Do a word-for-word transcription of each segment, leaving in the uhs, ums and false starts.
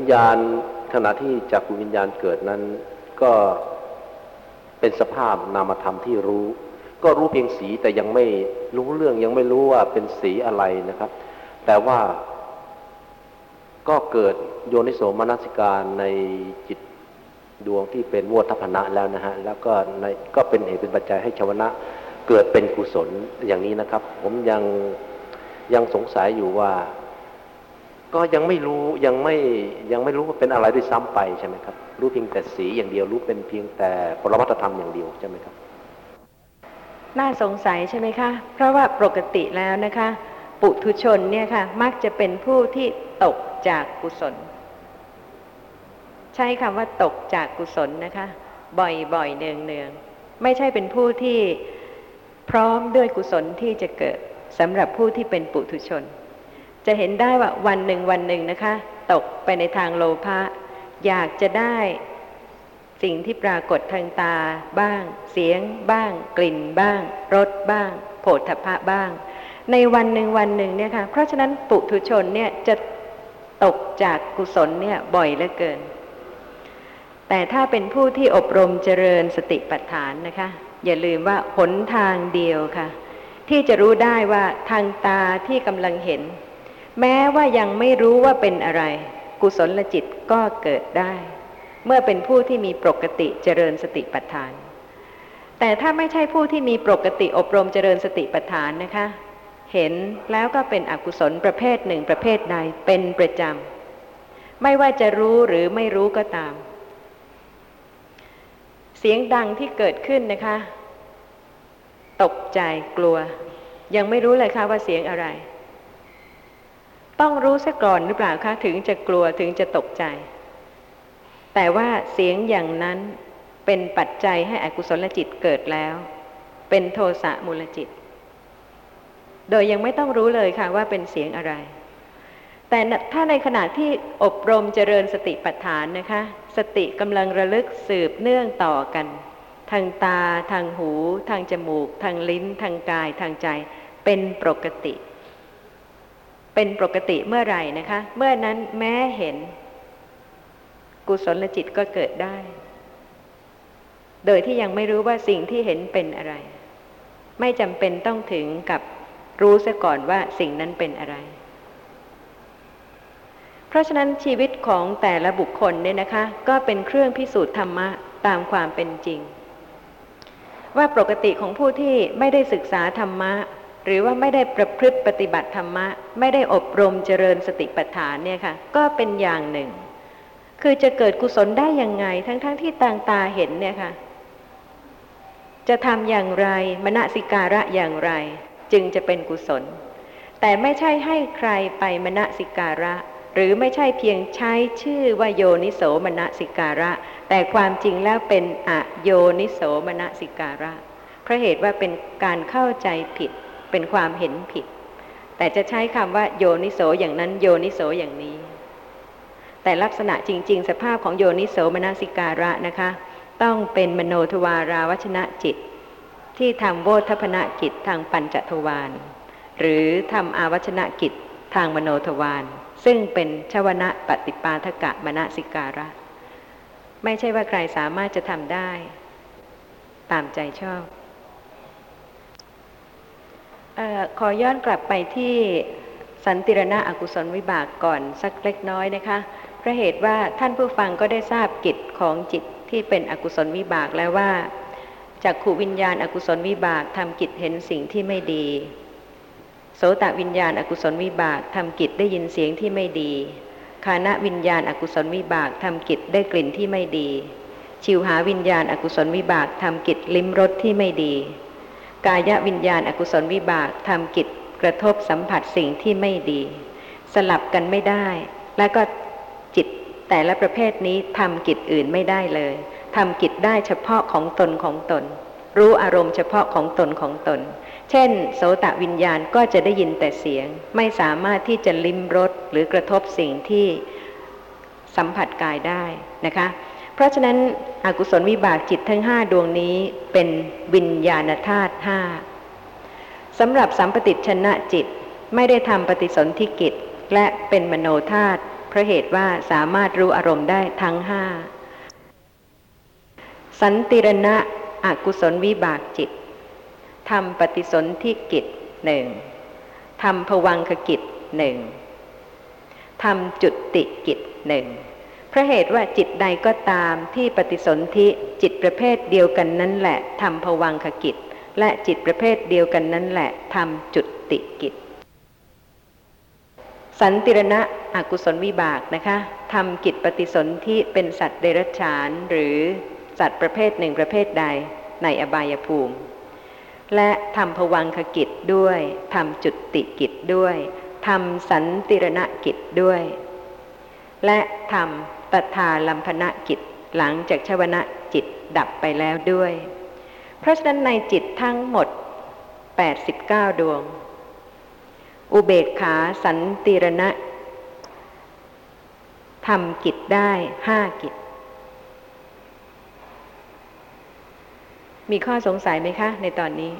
ญาณขณะที่จักขุวิญญาณเกิดนั้นก็เป็นสภาพนามธรรมที่รู้ก็รู้เพียงสีแต่ยังไม่รู้เรื่องยังไม่รู้ว่าเป็นสีอะไรนะครับแต่ว่าก็เกิดโยนิโสมนสิการในจิตดวงที่เป็นโวทัพพนะแล้วนะฮะแล้วก็ในก็เป็นเหตุเป็นปัจจัยให้ชวนะเกิดเป็นกุศลอย่างนี้นะครับผมยังยังสงสัยอยู่ว่าก็ยังไม่รู้ยังไม่ยังไม่รู้ว่าเป็นอะไรด้วยซ้ำไปใช่ไหมครับรู้เพียงแต่สีอย่างเดียวรู้เป็นเพียงแต่ปรมัตถธรรมอย่างเดียวใช่ไหมครับน่าสงสัยใช่ไหมคะเพราะว่าปกติแล้วนะคะปุถุชนเนี่ยค่ะมักจะเป็นผู้ที่ตกจากกุศลใช้คำว่าตกจากกุศลนะคะบ่อยๆเนืองๆไม่ใช่เป็นผู้ที่พร้อมด้วยกุศลที่จะเกิดสำหรับผู้ที่เป็นปุถุชนจะเห็นได้ว่าวันหนึ่งวันหนึ่งนะคะตกไปในทางโลภะอยากจะได้สิ่งที่ปรากฏทางตาบ้างเสียงบ้างกลิ่นบ้างรสบ้างโผฏฐัพพะบ้างในวันหนึ่งวันหนึ่งเนี่ยค่ะเพราะฉะนั้นปุถุชนเนี่ยจะตกจากกุศลเนี่ยบ่อยเหลือเกินแต่ถ้าเป็นผู้ที่อบรมเจริญสติปัฏฐานนะคะอย่าลืมว่าหนทางเดียวค่ะที่จะรู้ได้ว่าทางตาที่กำลังเห็นแม้ว่ายังไม่รู้ว่าเป็นอะไรกุศลจิตก็เกิดได้เมื่อเป็นผู้ที่มีปกติเจริญสติปัฏฐานแต่ถ้าไม่ใช่ผู้ที่มีปกติอบรมเจริญสติปัฏฐานนะคะเห็นแล้วก็เป็นอกุศลประเภทหนึ่งประเภทใดเป็นประจำไม่ว่าจะรู้หรือไม่รู้ก็ตามเสียงดังที่เกิดขึ้นนะคะตกใจกลัวยังไม่รู้เลยค่ะว่าเสียงอะไรต้องรู้ซะก่อนหรือเปล่าคะถึงจะกลัวถึงจะตกใจแต่ว่าเสียงอย่างนั้นเป็นปัจจัยให้อกุศลจิตเกิดแล้วเป็นโทสะมูลจิตโดยยังไม่ต้องรู้เลยค่ะว่าเป็นเสียงอะไรแต่ถ้าในขณะที่อบรมเจริญสติปัฏฐานนะคะสติกำลังระลึกสืบเนื่องต่อกันทางตาทางหูทางจมูกทางลิ้นทางกายทางใจเป็นปกติเป็นปกติเมื่อไหร่นะคะเมื่อนั้นแม้เห็นกุศลจิตก็เกิดได้โดยที่ยังไม่รู้ว่าสิ่งที่เห็นเป็นอะไรไม่จำเป็นต้องถึงกับรู้ซะก่อนว่าสิ่งนั้นเป็นอะไรเพราะฉะนั้นชีวิตของแต่ละบุคคลเนี่ยนะคะก็เป็นเครื่องพิสูจน์ธรรมะตามความเป็นจริงว่าปกติของผู้ที่ไม่ได้ศึกษาธรรมะหรือว่าไม่ได้ประพฤติปฏิบัติธรรมะไม่ได้อบรมเจริญสติปัฏฐานเนี่ยค่ะก็เป็นอย่างหนึ่งคือจะเกิดกุศลได้ยังไงทั้งๆ ท, ที่ต่างตาเห็นเนี่ยค่ะจะทำอย่างไรมนสิการะอย่างไรจึงจะเป็นกุศลแต่ไม่ใช่ให้ใครไปมนสิการะหรือไม่ใช่เพียงใช้ชื่อว่าโยนิโสมนสิการะแต่ความจริงแล้วเป็นอโยนิโสมนสิการะเพราะเหตุว่าเป็นการเข้าใจผิดเป็นความเห็นผิดแต่จะใช้คำว่าโยนิโสอย่างนั้นโยนิโสอย่างนี้แต่ลักษณะจริงๆสภาพของโยนิโสมนสิการะนะคะต้องเป็นมโนทวาราวชนะจิตที่ทำโวทัพพนกิจทางปัญจทวารหรือทำอาวชนะกิจทางมโนทวารซึ่งเป็นชวนะปฏิปาทกะมนสิการะไม่ใช่ว่าใครสามารถจะทำได้ตามใจชอบเอ่อขอย้อนกลับไปที่สันติรณะอกุศลวิบากก่อนสักเล็กน้อยนะคะเพราะเหตุว่าท่านผู้ฟังก็ได้ทราบกิจของจิตที่เป็นอกุศลวิบากแล้วว่าจักขุวิญญาณอกุศลวิบากทำกิจเห็นสิ่งที่ไม่ดีโสตวิญญาณอกุศลวิบากทำกิจได้ยินเสียงที่ไม่ดีฆานวิญญาณอกุศลวิบากทำกิจได้กลิ่นที่ไม่ดีชิวหาวิญญาณอกุศลวิบากทำกิจลิ้มรสที่ไม่ดีกายวิญญาณอกุศลวิบากทำกิจกระทบสัมผัสสิ่งที่ไม่ดีสลับกันไม่ได้และก็จิตแต่ละประเภทนี้ทำกิจอื่นไม่ได้เลยทำกิจได้เฉพาะของตนของตนรู้อารมณ์เฉพาะของตนของตนเช่นโสตวิญญาณก็จะได้ยินแต่เสียงไม่สามารถที่จะลิ้มรสหรือกระทบสิ่งที่สัมผัสกายได้นะคะเพราะฉะนั้นอกุศลวิบากจิตทั้งห้าดวงนี้เป็นวิญญาณธาตุห้าสำหรับสัมปติชนะจิตไม่ได้ทำปฏิสนธิกิจและเป็นมโนธาตุเพราะเหตุว่าสามารถรู้อารมณ์ได้ทั้งห้าสันติรณะอกุศลวิบากจิตทำปฏิสนธิกิจหนึ่งทำภวังคกิจหนึ่งทำจุติกิจหนึ่งเพราะเหตุว่าจิตใดก็ตามที่ปฏิสนธิจิตประเภทเดียวกันนั่นแหละทำภวังคกิจและจิตประเภทเดียวกันนั่นแหละทำจุติกิจสันติรณะอกุศลวิบากนะคะทำกิจปฏิสนธิเป็นสัตว์เดรัจฉานหรือสัตว์ประเภทหนึ่งประเภทใดในอบายภูมิและทำภวังคกิจด้วยทำจุติกิจด้วยทำสันติรณกิจด้วยและทำตถาลัมพนกิจหลังจากชวนะจิตดับไปแล้วด้วยเพราะฉะนั้นในจิตทั้งหมดแปดสิบเก้าดวงอุเบกขาสันติรณะทำกิจได้ห้ากิจมีข้อสงสัยไหมคะในตอนนี้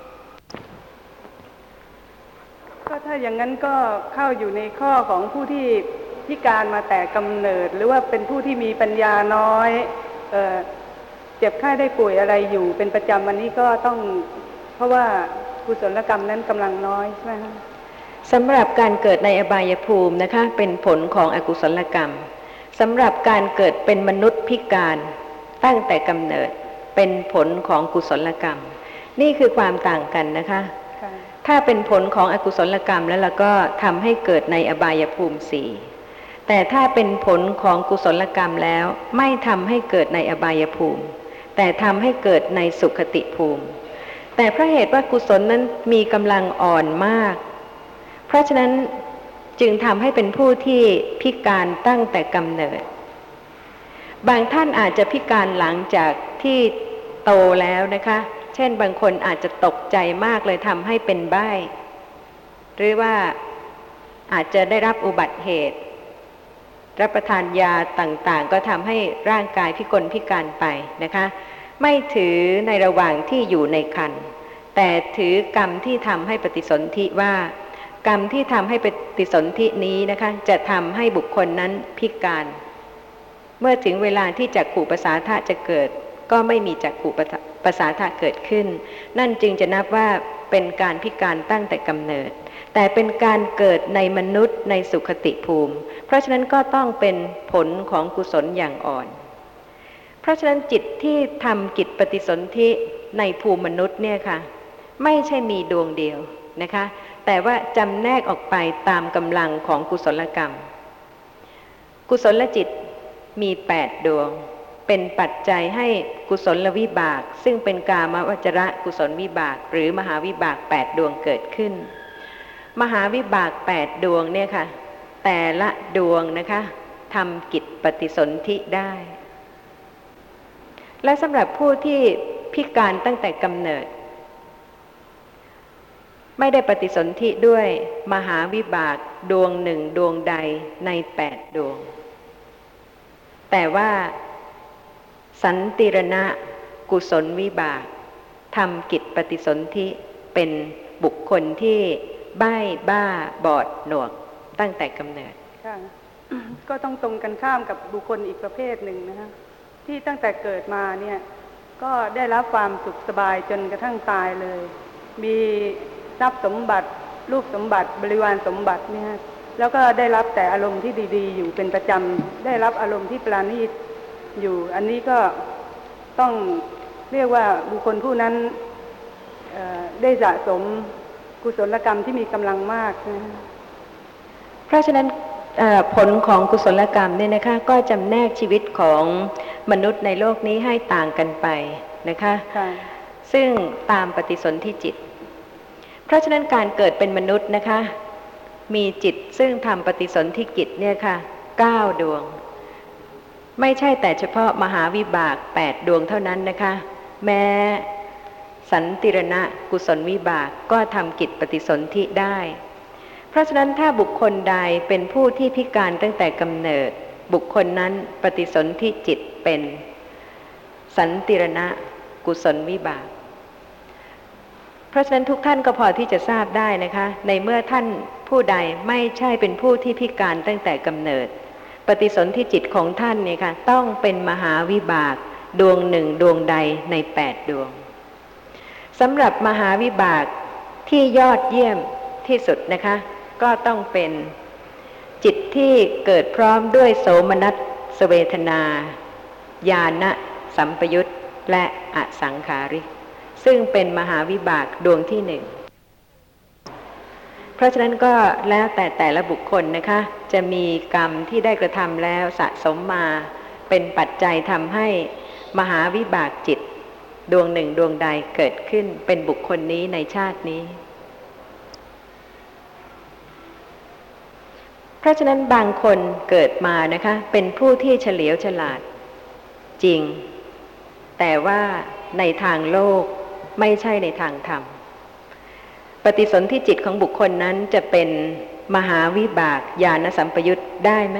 ก็ถ้าอย่างนั้นก็เข้าอยู่ในข้อของผู้ที่พิการมาแต่กำเนิดหรือว่าเป็นผู้ที่มีปัญญาน้อยเอ่อเจ็บไข้ได้ป่วยอะไรอยู่เป็นประจำวันนี้ก็ต้องเพราะว่ากุศลกรรมนั้นกำลังน้อยใช่ไหมคะสำหรับการเกิดในอบายภูมินะคะเป็นผลของอกุศลกรรมสำหรับการเกิดเป็นมนุษย์พิการตั้งแต่กำเนิดเป็นผลของกุศลกรรมนี่คือความต่างกันนะคะถ้าเป็นผลของอกุศลกรรมแล้วเราก็ทำให้เกิดในอบายภูมิสี่แต่ถ้าเป็นผลของกุศลกรรมแล้วไม่ทำให้เกิดในอบายภูมิแต่ทำให้เกิดในสุขติภูมิแต่เพราะเหตุว่ากุศลนั้นมีกำลังอ่อนมากเพราะฉะนั้นจึงทำให้เป็นผู้ที่พิการตั้งแต่กำเนิดบางท่านอาจจะพิการหลังจากที่โตแล้วนะคะเช่นบางคนอาจจะตกใจมากเลยทำให้เป็นใบ้หรือว่าอาจจะได้รับอุบัติเหตุรับประทานยาต่างๆก็ทำให้ร่างกายพิกลพิการไปนะคะไม่ถือในระหว่างที่อยู่ในครรภ์แต่ถือกรรมที่ทำให้ปฏิสนธิว่ากรรมที่ทำให้ปฏิสนธินี้นะคะจะทำให้บุคคลนั้นพิการเมื่อถึงเวลาที่จักขุประสาทะจะเกิดก็ไม่มีจักขุประสาทะเกิดขึ้นนั่นจึงจะนับว่าเป็นการพิการตั้งแต่กำเนิดแต่เป็นการเกิดในมนุษย์ในสุขติภูมิเพราะฉะนั้นก็ต้องเป็นผลของกุศลอย่างอ่อนเพราะฉะนั้นจิตที่ทำกิจปฏิสนธิในภูมิมนุษย์เนี่ยค่ะไม่ใช่มีดวงเดียวนะคะแต่ว่าจำแนกออกไปตามกำลังของกุศลกรรมกุศลจิตมีแปดดวงเป็นปัจจัยให้กุศลวิบากซึ่งเป็นกามวจระกุศลวิบากหรือมหาวิบากแปดดวงเกิดขึ้นมหาวิบากแปดดวงเนี่ยค่ะแต่ละดวงนะคะทำกิจปฏิสนธิได้และสำหรับผู้ที่พิการตั้งแต่กำเนิดไม่ได้ปฏิสนธิด้วยมหาวิบากดวงหนึ่งดวงใดในแปดดวงแต่ว่าสันติรณะกุศลวิบากทำกิจปฏิสนธิเป็นบุคคลที่ใบ้บ้าบอดหนวกตั้งแต่กำเนิดค่ะก็ต้องตรงกันข้ามกับบุคคลอีกประเภทหนึ่งนะคะที่ตั้งแต่เกิดมาเนี่ยก็ได้รับความสุขสบายจนกระทั่งตายเลยมีทรัพย์สมบัติรูปสมบัติบริวารสมบัติเนี่ยแล้วก็ได้รับแต่อารมณ์ที่ดีๆอยู่เป็นประจำได้รับอารมณ์ที่ปราณีตอยู่อันนี้ก็ต้องเรียกว่าบุคคลผู้นั้นได้สะสมกุศลกรรมที่มีกำลังมากนะเพราะฉะนั้นผลของกุศลกรรมเนี่ยนะคะก็จำแนกชีวิตของมนุษย์ในโลกนี้ให้ต่างกันไปนะคะซึ่งตามปฏิสนธิจิตเพราะฉะนั้นการเกิดเป็นมนุษย์นะคะมีจิตซึ่งทำปฏิสนธิกิจเนี่ยค่ะเก้าดวงไม่ใช่แต่เฉพาะมหาวิบากแปดดวงเท่านั้นนะคะแม้สันติรณะกุศลวิบากก็ทำกิจปฏิสนธิได้เพราะฉะนั้นถ้าบุคคลใดเป็นผู้ที่พิการตั้งแต่กำเนิดบุคคลนั้นปฏิสนธิจิตเป็นสันติรณะกุศลวิบากเพราะฉะนั้นทุกท่านก็พอที่จะทราบได้นะคะในเมื่อท่านผู้ใดไม่ใช่เป็นผู้ที่พิการตั้งแต่กำเนิดปฏิสนธิจิตของท่านเนี่ยค่ะต้องเป็นมหาวิบากดวงหนึ่งดวงใดในแปดดวงสำหรับมหาวิบากที่ยอดเยี่ยมที่สุดนะคะก็ต้องเป็นจิตที่เกิดพร้อมด้วยโสมนัสเวทนาญาณสัมปยุตและอสังขาริกซึ่งเป็นมหาวิบากดวงที่หนึ่งเพราะฉะนั้นก็แล้วแต่แต่ละบุคคลนะคะจะมีกรรมที่ได้กระทำแล้วสะสมมาเป็นปัจจัยทำให้มหาวิบากจิตดวงหนึ่งดวงใดเกิดขึ้นเป็นบุคคลนี้ในชาตินี้เพราะฉะนั้นบางคนเกิดมานะคะเป็นผู้ที่เฉลียวฉลาดจริงแต่ว่าในทางโลกไม่ใช่ในทางธรรมปฏิสนธิจิตของบุคคลนั้นจะเป็นมหาวิบากญาณสัมปยุตได้ไหม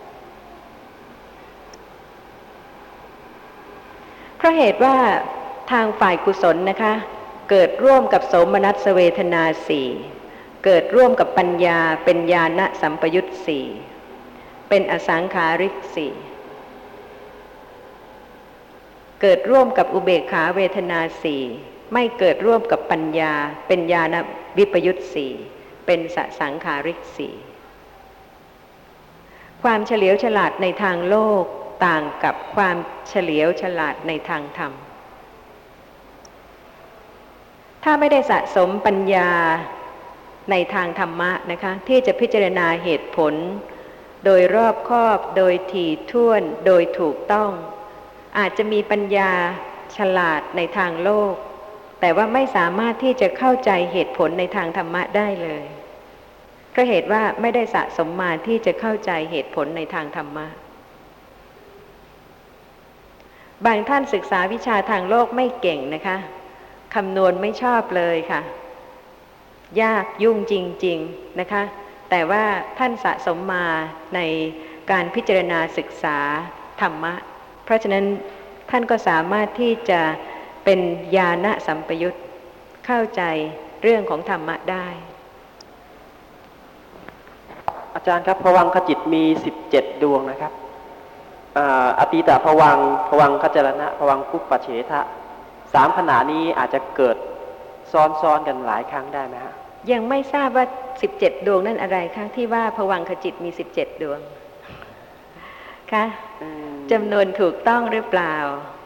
เพราะเหตุว่าทางฝ่ายกุศลนะคะเกิดร่วมกับโสมนัสเวทนาสี่เกิดร่วมกับปัญญาเป็นญาณสัมปยุตสี่เป็นอสังขาริกสี่เกิดร่วมกับอุเบกขาเวทนาสี่ไม่เกิดร่วมกับปัญญาเป็นญาณวิปยุตสี่เป็นสสังขาริกสี่ความเฉลียวฉลาดในทางโลกต่างกับความเฉลียวฉลาดในทางธรรมถ้าไม่ได้สะสมปัญญาในทางธรรมะนะคะที่จะพิจารณาเหตุผลโดยรอบคอบโดยถี่ถ้วนโดยถูกต้องอาจจะมีปัญญาฉลาดในทางโลกแต่ว่าไม่สามารถที่จะเข้าใจเหตุผลในทางธรรมะได้เลยเพราะเหตุว่าไม่ได้สะสมมาที่จะเข้าใจเหตุผลในทางธรรมะบางท่านศึกษาวิชาทางโลกไม่เก่งนะคะคำนวณไม่ชอบเลยค่ะยากยุ่งจริงๆนะคะแต่ว่าท่านสะสมมาในการพิจารณาศึกษาธรรมะเพราะฉะนั้นท่านก็สามารถที่จะเป็นญาณสัมปยุตเข้าใจเรื่องของธรรมะได้อาจารย์ครับภวังคจิตมีสิบเจ็ดดวงนะครับอตีตภวังค์ภวังคจรณะภวังคุปปเฉทะสามขณะนี้อาจจะเกิดซ้อนๆกันหลายครั้งได้ไหมฮะยังไม่ทราบว่าสิบเจ็ดดวงนั่นอะไรคะที่ว่าภวังคจิตมีสิบเจ็ดดวงคะจำนวนถูกต้องหรือเปล่า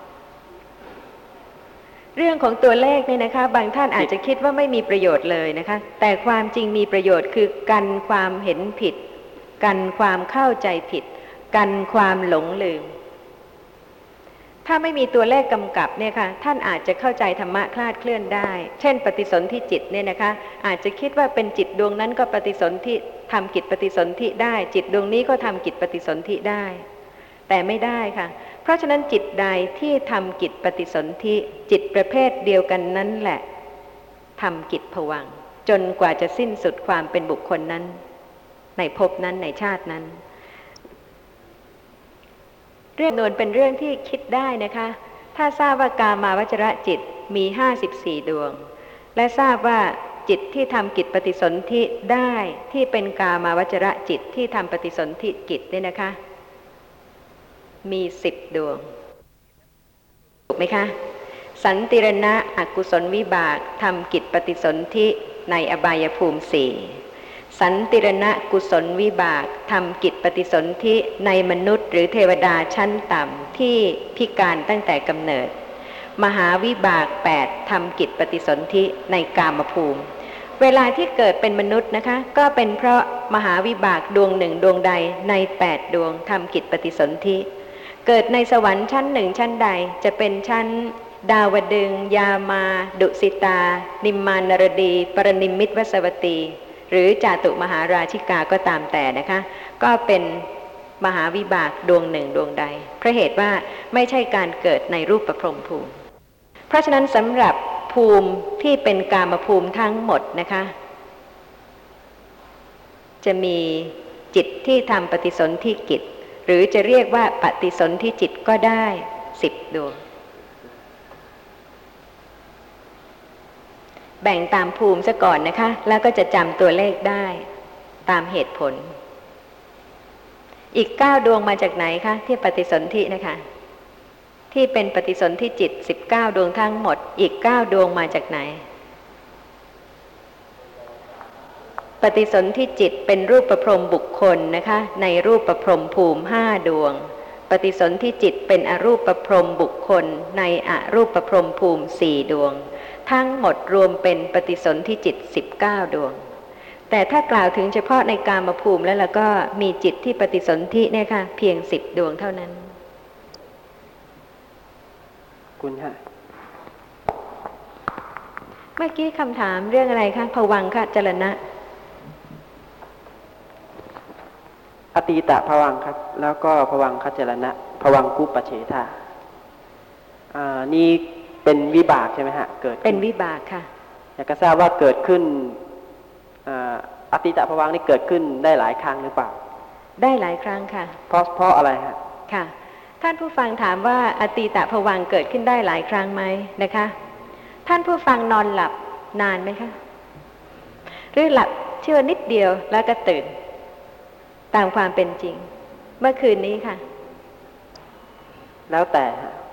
เรื่องของตัวเลขนี่นะคะบางท่านอาจจะคิดว่าไม่มีประโยชน์เลยนะคะแต่ความจริงมีประโยชน์คือกันความเห็นผิดกันความเข้าใจผิดกันความหลงลืมถ้าไม่มีตัวเลขกำกับเนี่ยค่ะท่านอาจจะเข้าใจธรรมะคลาดเคลื่อนได้เช่นปฏิสนธิจิตเนี่ยนะคะอาจจะคิดว่าเป็นจิตดวงนั้นก็ปฏิสนธิทำกิจปฏิสนธิได้จิตดวงนี้ก็ทำกิจปฏิสนธิได้แต่ไม่ได้ค่ะเพราะฉะนั้นจิตใดที่ทำกิจปฏิสนธิจิตประเภทเดียวกันนั้นแหละทำกิจภวังค์จนกว่าจะสิ้นสุดความเป็นบุคคลนั้นในภพนั้นในชาตินั้นเรื่องนวลเป็นเรื่องที่คิดได้นะคะถ้าทราบว่ากามาวจรจิตมีห้าสิบสี่ดวงและทราบว่าจิตที่ทำกิจปฏิสนธิได้ที่เป็นกามาวจรจิตที่ทำปฏิสนธิกิจเนี่ยนะคะมีสิบดวงถูกไหมคะสันติรณะอกุศลวิบากทำกิจปฏิสนธิในอบายภูมิสี่สันติรณะกุศลวิบากทำกิจปฏิสนธิในมนุษย์หรือเทวดาชั้นต่ำที่พิการตั้งแต่กำเนิดมหาวิบากแปดทำกิจปฏิสนธิในกามภูมิเวลาที่เกิดเป็นมนุษย์นะคะก็เป็นเพราะมหาวิบากดวงหนึ่งดวงใดในแปดดวงทำกิจปฏิสนธิเกิดในสวรรค์ชั้นหนึ่งชั้นใดจะเป็นชั้นดาวดึงยามาดุสิตานิมมานรดีปรนิมมิตวสวตีหรือจาตุมหาราชิกาก็ตามแต่นะคะก็เป็นมหาวิบากดวงหนึ่งดวงใดเพราะเหตุว่าไม่ใช่การเกิดในรูปประพรหมภูมิเพราะฉะนั้นสำหรับภูมิที่เป็นกามภูมิทั้งหมดนะคะจะมีจิตที่ทำปฏิสนธิกิจหรือจะเรียกว่าปฏิสนธิจิตก็ได้สิบดวงแบ่งตามภูมิซะก่อนนะคะแล้วก็จะจำตัวเลขได้ตามเหตุผลอีกเก้าดวงมาจากไหนคะที่ปฏิสนธินะคะที่เป็นปฏิสนธิจิตสิบเก้าดวงทั้งหมดอีกเก้าดวงมาจากไหนปฏิสนธิจิตเป็นรูปประพรหมบุคคลนะคะในรูปประพรหมภูมิห้าดวงปฏิสนธิจิตเป็นอรูปประพรหมบุคคลในอรูปประพรหมภูมิสี่ดวงทั้งหมดรวมเป็นปฏิสนธิจิตสิบเก้าดวงแต่ถ้ากล่าวถึงเฉพาะในกามภูมิแล้วเราก็มีจิตที่ปฏิสนธิเนี่ยค่ะเพียงสิบดวงเท่านั้นคุณฮะเมื่อกี้คำถามเรื่องอะไรคะภวังคจรณะอตีตะภวังครับแล้วก็ภวังคจรณะภวังคุปเฉทะอ่านี่เป็นวิบากใช่ไหมฮะเกิดเป็นวิบากค่ะอยากจะทราบว่าเกิดขึ้นอ่าอตีตะภวังนี่เกิดขึ้นได้หลายครั้งหรือเปล่าได้หลายครั้งค่ะเพราะเพราะอะไรฮะค่ะท่านผู้ฟังถามว่าอตีตะภวังค์เกิดขึ้นได้หลายครั้งไหมนะคะท่านผู้ฟังนอนหลับนานไหมคะหรือหลับเชื่อนิดเดียวแล้วก็ตื่นตามความเป็นจริงเมื่อคืนนี้ค่ะแล้วแต่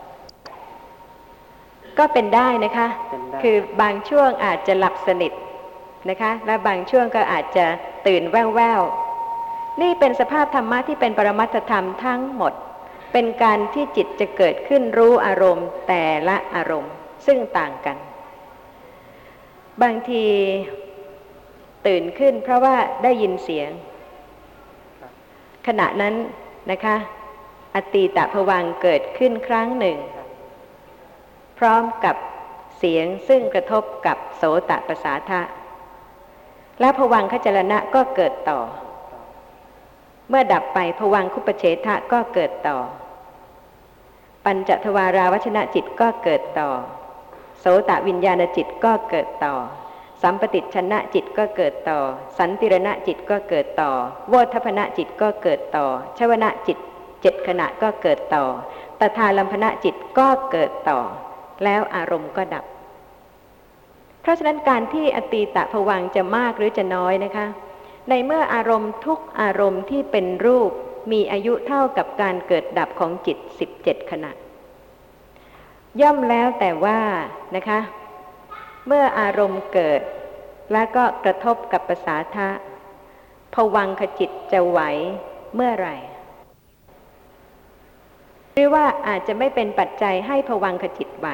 ก็เป็นได้นะคะคือบางช่วงอาจจะหลับสนิทนะคะและบางช่วงก็อาจจะตื่นแว่วๆนี่เป็นสภาพธรรมะที่เป็นปรมัตถธรรมทั้งหมดเป็นการที่จิตจะเกิดขึ้นรู้อารมณ์แต่ละอารมณ์ซึ่งต่างกันบางทีตื่นขึ้นเพราะว่าได้ยินเสียงขณะนั้นนะคะอตีตภวังค์เกิดขึ้นครั้งหนึ่งพร้อมกับเสียงซึ่งกระทบกับโสตประสาทะและภวังคจรณะก็เกิดต่อเมื่อดับไปภวังคุปเฉทะก็เกิดต่อปัญจทวาราวชนะจิตก็เกิดต่อโสตวิญญาณจิตก็เกิดต่อสัมปติชนะจิตก็เกิดต่อสันติรณะจิตก็เกิดต่อโวทัพพนะจิตก็เกิดต่อชวนะจิตเจ็ดขณะก็เกิดต่อตถาลัมพนะจิตก็เกิดต่อแล้วอารมณ์ก็ดับเพราะฉะนั้นการที่อตีตภวังค์จะมากหรือจะน้อยนะคะในเมื่ออารมณ์ทุกอารมณ์ที่เป็นรูปมีอายุเท่ากับการเกิดดับของจิตสิบเจ็ดขณะย่อมแล้วแต่ว่านะคะเมื่ออารมณ์เกิดแล้วก็กระทบกับประสาทะภวังคจิตจะไหวเมื่อไหร่หรือว่าอาจจะไม่เป็นปัจจัยให้ภวังคจิตไหว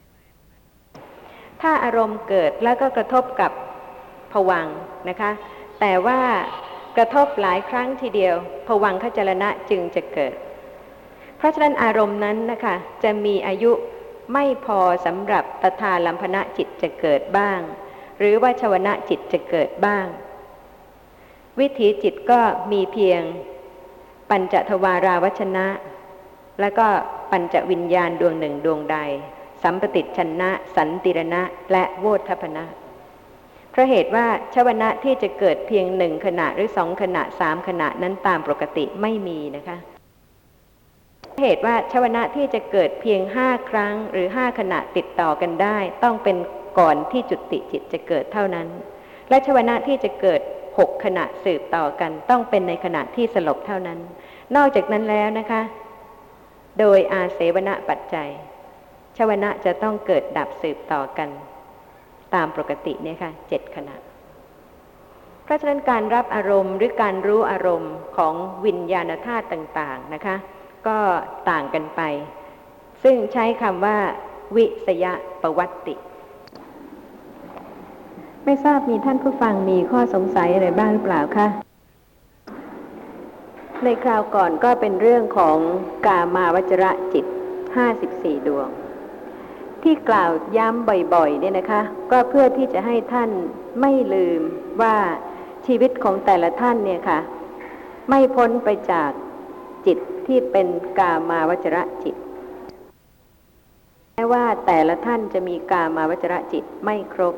ถ้าอารมณ์เกิดแล้วก็กระทบกับภวังค์นะคะแต่ว่ากระทบหลายครั้งทีเดียวภวังคจรณะจึงจะเกิดเพราะฉะนั้นอารมณ์นั้นนะคะจะมีอายุไม่พอสำหรับตถาลัมพนะจิตจะเกิดบ้างหรือว่าชวนะจิตจะเกิดบ้างวิถีจิตก็มีเพียงปัญจทวาราวชนะแล้วก็ปัญจวิญญาณดวงหนึ่งดวงใดสัมปติชนะสันติรณะและโวทัพพนะเพราะเหตุว่าชวนะที่จะเกิดเพียงหนึ่งขณะหรือสองขณะสามขณะนั้นตามปกติไม่มีนะคะเหตุว่าชวนะที่จะเกิดเพียงห้าครั้งหรือห้าขณะติดต่อกันได้ต้องเป็นก่อนที่จุติจิตจะเกิดเท่านั้นและชวนะที่จะเกิดหกขณะสืบต่อกันต้องเป็นในขณะที่สลบเท่านั้นนอกจากนั้นแล้วนะคะโดยอาเสวนปัจจัยชวนะจะต้องเกิดดับสืบต่อกันตามปกติเนี่ยค่ะเจ็ดขณะเพราะฉะนั้นการรับอารมณ์หรือการรู้อารมณ์ของวิญญาณธาตุต่างๆนะคะก็ต่างกันไปซึ่งใช้คำว่าวิสยปวัตติไม่ทราบมีท่านผู้ฟังมีข้อสงสัยอะไรบ้างหรือเปล่าคะในคราวก่อนก็เป็นเรื่องของกามาวจรจิตห้าสิบสี่ดวงที่กล่าวย้ำบ่อยๆเนี่ยนะคะก็เพื่อที่จะให้ท่านไม่ลืมว่าชีวิตของแต่ละท่านเนี่ยค่ะไม่พ้นไปจากจิตที่เป็นกามาวจรจิตแม้ว่าแต่ละท่านจะมีกามาวจรจิตไม่ครบ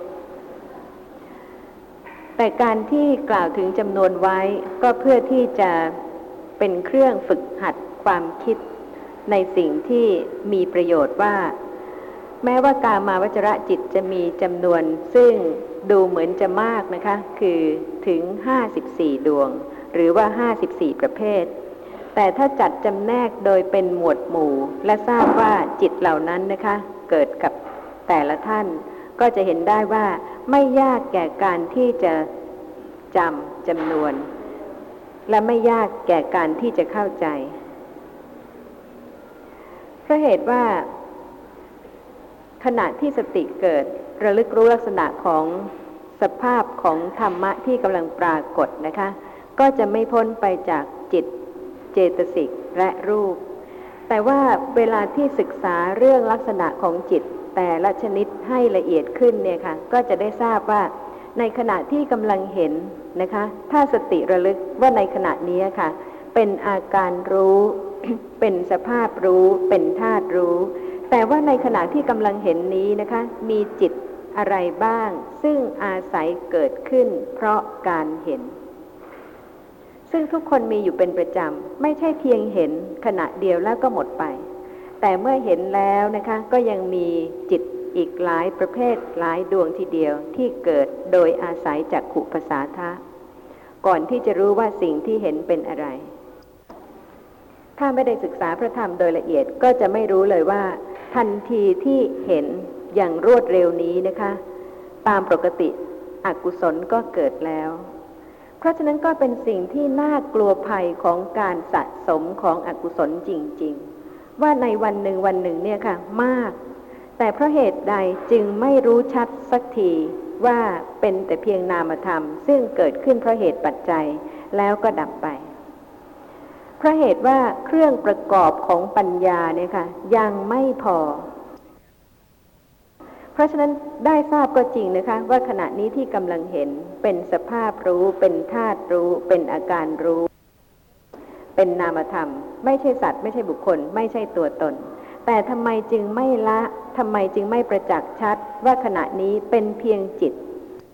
แต่การที่กล่าวถึงจำนวนไว้ก็เพื่อที่จะเป็นเครื่องฝึกหัดความคิดในสิ่งที่มีประโยชน์ว่าแม้ว่ากามาวจรจิตจะมีจำนวนซึ่งดูเหมือนจะมากนะคะคือถึงห้าสิบสี่ดวงหรือว่าห้าสิบสี่ประเภทแต่ถ้าจัดจำแนกโดยเป็นหมวดหมู่และทราบว่าจิตเหล่านั้นนะคะเกิดกับแต่ละท่านก็จะเห็นได้ว่าไม่ยากแก่การที่จะจำจำนวนและไม่ยากแก่การที่จะเข้าใจเพราะเหตุว่าขณะที่สติเกิดระลึกรู้ลักษณะของสภาพของธรรมะที่กำลังปรากฏนะคะก็จะไม่พ้นไปจากจิตเจตสิกและรูปแต่ว่าเวลาที่ศึกษาเรื่องลักษณะของจิตแต่ละชนิดให้ละเอียดขึ้นเนี่ยค่ะก็จะได้ทราบว่าในขณะที่กำลังเห็นนะคะถ้าสติระลึกว่าในขณะนี้ค่ะเป็นอาการรู้ เป็นสภาพรู้เป็นธาตุรู้แต่ว่าในขณะที่กำลังเห็นนี้นะคะมีจิตอะไรบ้างซึ่งอาศัยเกิดขึ้นเพราะการเห็นซึ่งทุกคนมีอยู่เป็นประจำไม่ใช่เพียงเห็นขณะเดียวแล้วก็หมดไปแต่เมื่อเห็นแล้วนะคะก็ยังมีจิตอีกหลายประเภทหลายดวงทีเดียวที่เกิดโดยอาศัยจักขุประสาทะก่อนที่จะรู้ว่าสิ่งที่เห็นเป็นอะไรถ้าไม่ได้ศึกษาพระธรรมโดยละเอียดก็จะไม่รู้เลยว่าทันทีที่เห็นอย่างรวดเร็วนี้นะคะตามปกติอกุศลก็เกิดแล้วเพราะฉะนั้นก็เป็นสิ่งที่น่ากลัวภัยของการสะสมของอกุศลจริงๆว่าในวันหนึ่งวันหนึ่งเนี่ยค่ะมากแต่เพราะเหตุใดจึงไม่รู้ชัดสักทีว่าเป็นแต่เพียงนามธรรมซึ่งเกิดขึ้นเพราะเหตุปัจจัยแล้วก็ดับไปเพราะเหตุว่าเครื่องประกอบของปัญญาเนี่ยค่ะยังไม่พอเพราะฉะนั้นได้ทราบก็จริงนะคะว่าขณะนี้ที่กำลังเห็นเป็นสภาพรู้เป็นธาตุรู้เป็นอาการรู้เป็นนามธรรมไม่ใช่สัตว์ไม่ใช่บุคคลไม่ใช่ตัวตนแต่ทำไมจึงไม่ละทำไมจึงไม่ประจักษ์ชัดว่าขณะนี้เป็นเพียงจิต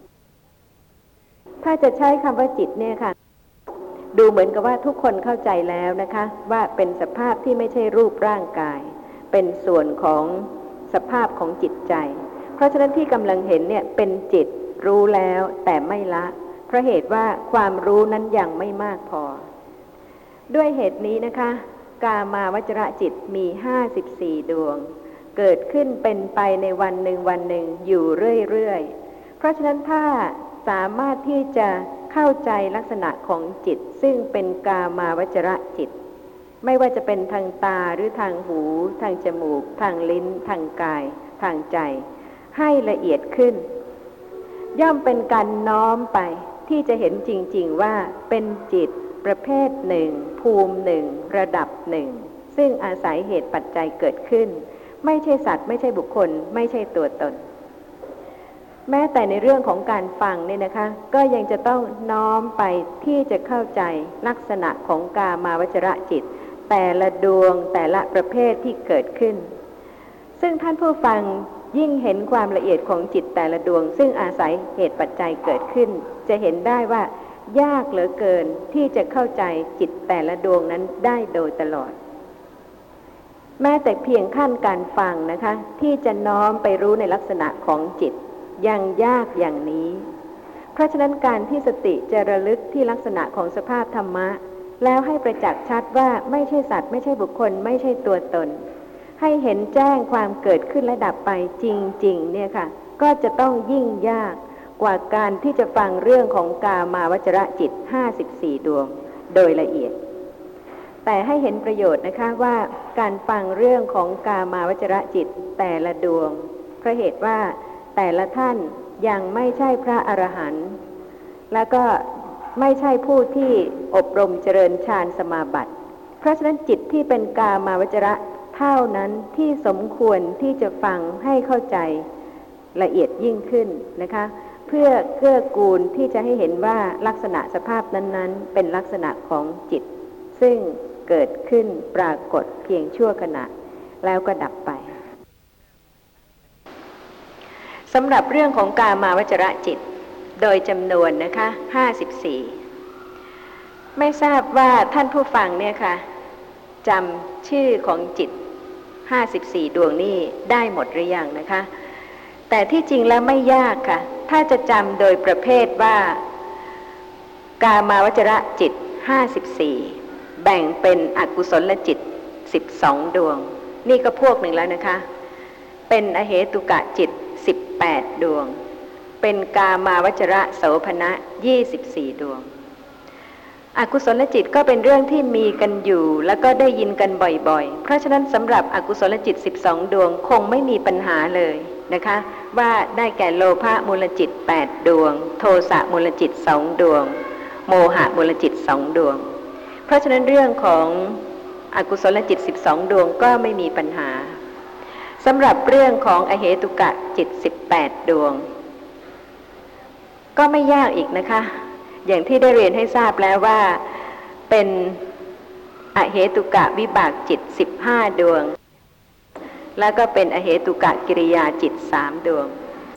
ถ้าจะใช้คำว่าจิตเนี่ยค่ะดูเหมือนกับว่าทุกคนเข้าใจแล้วนะคะว่าเป็นสภาพที่ไม่ใช่รูปร่างกายเป็นส่วนของสภาพของจิตใจเพราะฉะนั้นที่กำลังเห็นเนี่ยเป็นจิตรู้แล้วแต่ไม่ละเพราะเหตุว่าความรู้นั้นยังไม่มากพอด้วยเหตุนี้นะคะกามาวจรจิตมีห้าสิบสี่ดวงเกิดขึ้นเป็นไปในวันหนึ่งวันหนึ่งอยู่เรื่อยๆเพราะฉะนั้นถ้าสามารถที่จะเข้าใจลักษณะของจิตซึ่งเป็นกามาวจรจิตไม่ว่าจะเป็นทางตาหรือทางหูทางจมูกทางลิ้นทางกายทางใจให้ละเอียดขึ้นย่อมเป็นการน้อมไปที่จะเห็นจริงๆว่าเป็นจิตประเภทหนึ่งภูมิหนึ่งระดับหนึ่งซึ่งอาศัยเหตุปัจจัยเกิดขึ้นไม่ใช่สัตว์ไม่ใช่บุคคลไม่ใช่ตัวตนแม้แต่ในเรื่องของการฟังเนี่ยนะคะก็ยังจะต้องน้อมไปที่จะเข้าใจลักษณะของกามาวจรจิตแต่ละดวงแต่ละประเภทที่เกิดขึ้นซึ่งท่านผู้ฟังยิ่งเห็นความละเอียดของจิตแต่ละดวงซึ่งอาศัยเหตุปัจจัยเกิดขึ้นจะเห็นได้ว่ายากเหลือเกินที่จะเข้าใจจิตแต่ละดวงนั้นได้โดยตลอดแม้แต่เพียงขั้นการฟังนะคะที่จะน้อมไปรู้ในลักษณะของจิตยังยากอย่างนี้เพราะฉะนั้นการที่สติจะระลึกที่ลักษณะของสภาพธรรมะแล้วให้ประจักษ์ชัดว่าไม่ใช่สัตว์ไม่ใช่บุคคลไม่ใช่ตัวตนให้เห็นแจ้งความเกิดขึ้นและดับไปจริงๆเนี่ยค่ะก็จะต้องยิ่งยากกว่าการที่จะฟังเรื่องของกามาวจรจิตห้าสิบสี่ดวงโดยละเอียดแต่ให้เห็นประโยชน์นะคะว่าการฟังเรื่องของกามาวจรจิตแต่ละดวงเพราะเหตุว่าแต่ละท่านยังไม่ใช่พระอรหันต์แล้วก็ไม่ใช่ผู้ที่อบรมเจริญฌานสมาบัติเพราะฉะนั้นจิตที่เป็นกามาวจรเท่านั้นที่สมควรที่จะฟังให้เข้าใจละเอียดยิ่งขึ้นนะคะเพื่อเกื้อกูลที่จะให้เห็นว่าลักษณะสภาพนั้นๆเป็นลักษณะของจิตซึ่งเกิดขึ้นปรากฏเพียงชั่วขณะแล้วก็ดับไปสำหรับเรื่องของกามาวจรจิตโดยจำนวนนะคะห้าสิบสี่ไม่ทราบว่าท่านผู้ฟังเนี่ยค่ะจำชื่อของจิตห้าสิบสี่ดวงนี้ได้หมดหรือยังนะคะแต่ที่จริงแล้วไม่ยากค่ะถ้าจะจำโดยประเภทว่ากามาวจรจิตห้าสิบสี่แบ่งเป็นอกุศลจิตสิบสองดวงนี่ก็พวกหนึ่งแล้วนะคะเป็นอเหตุกะจิตสิบแปดดวงเป็นกามาวจระโสภณะยี่สิบสี่ดวงอกุศลจิตก็เป็นเรื่องที่มีกันอยู่แล้วก็ได้ยินกันบ่อยๆเพราะฉะนั้นสำหรับอกุศลจิตสิบสองดวงคงไม่มีปัญหาเลยนะคะว่าได้แก่โลภะมูลจิตแปดดวงโทสะมูลจิตสองดวงโมหะมูลจิตสองดวงเพราะฉะนั้นเรื่องของอกุศลจิตสิบสองดวงก็ไม่มีปัญหาสำหรับเรื่องของอเหตุกะจิตสิบแปดดวงก็ไม่ยากอีกนะคะอย่างที่ได้เรียนให้ทราบแล้วว่าเป็นอเหตุกะวิบากจิตสิบห้าดวงแล้วก็เป็นอเหตุกะกิริยาจิตสามดวง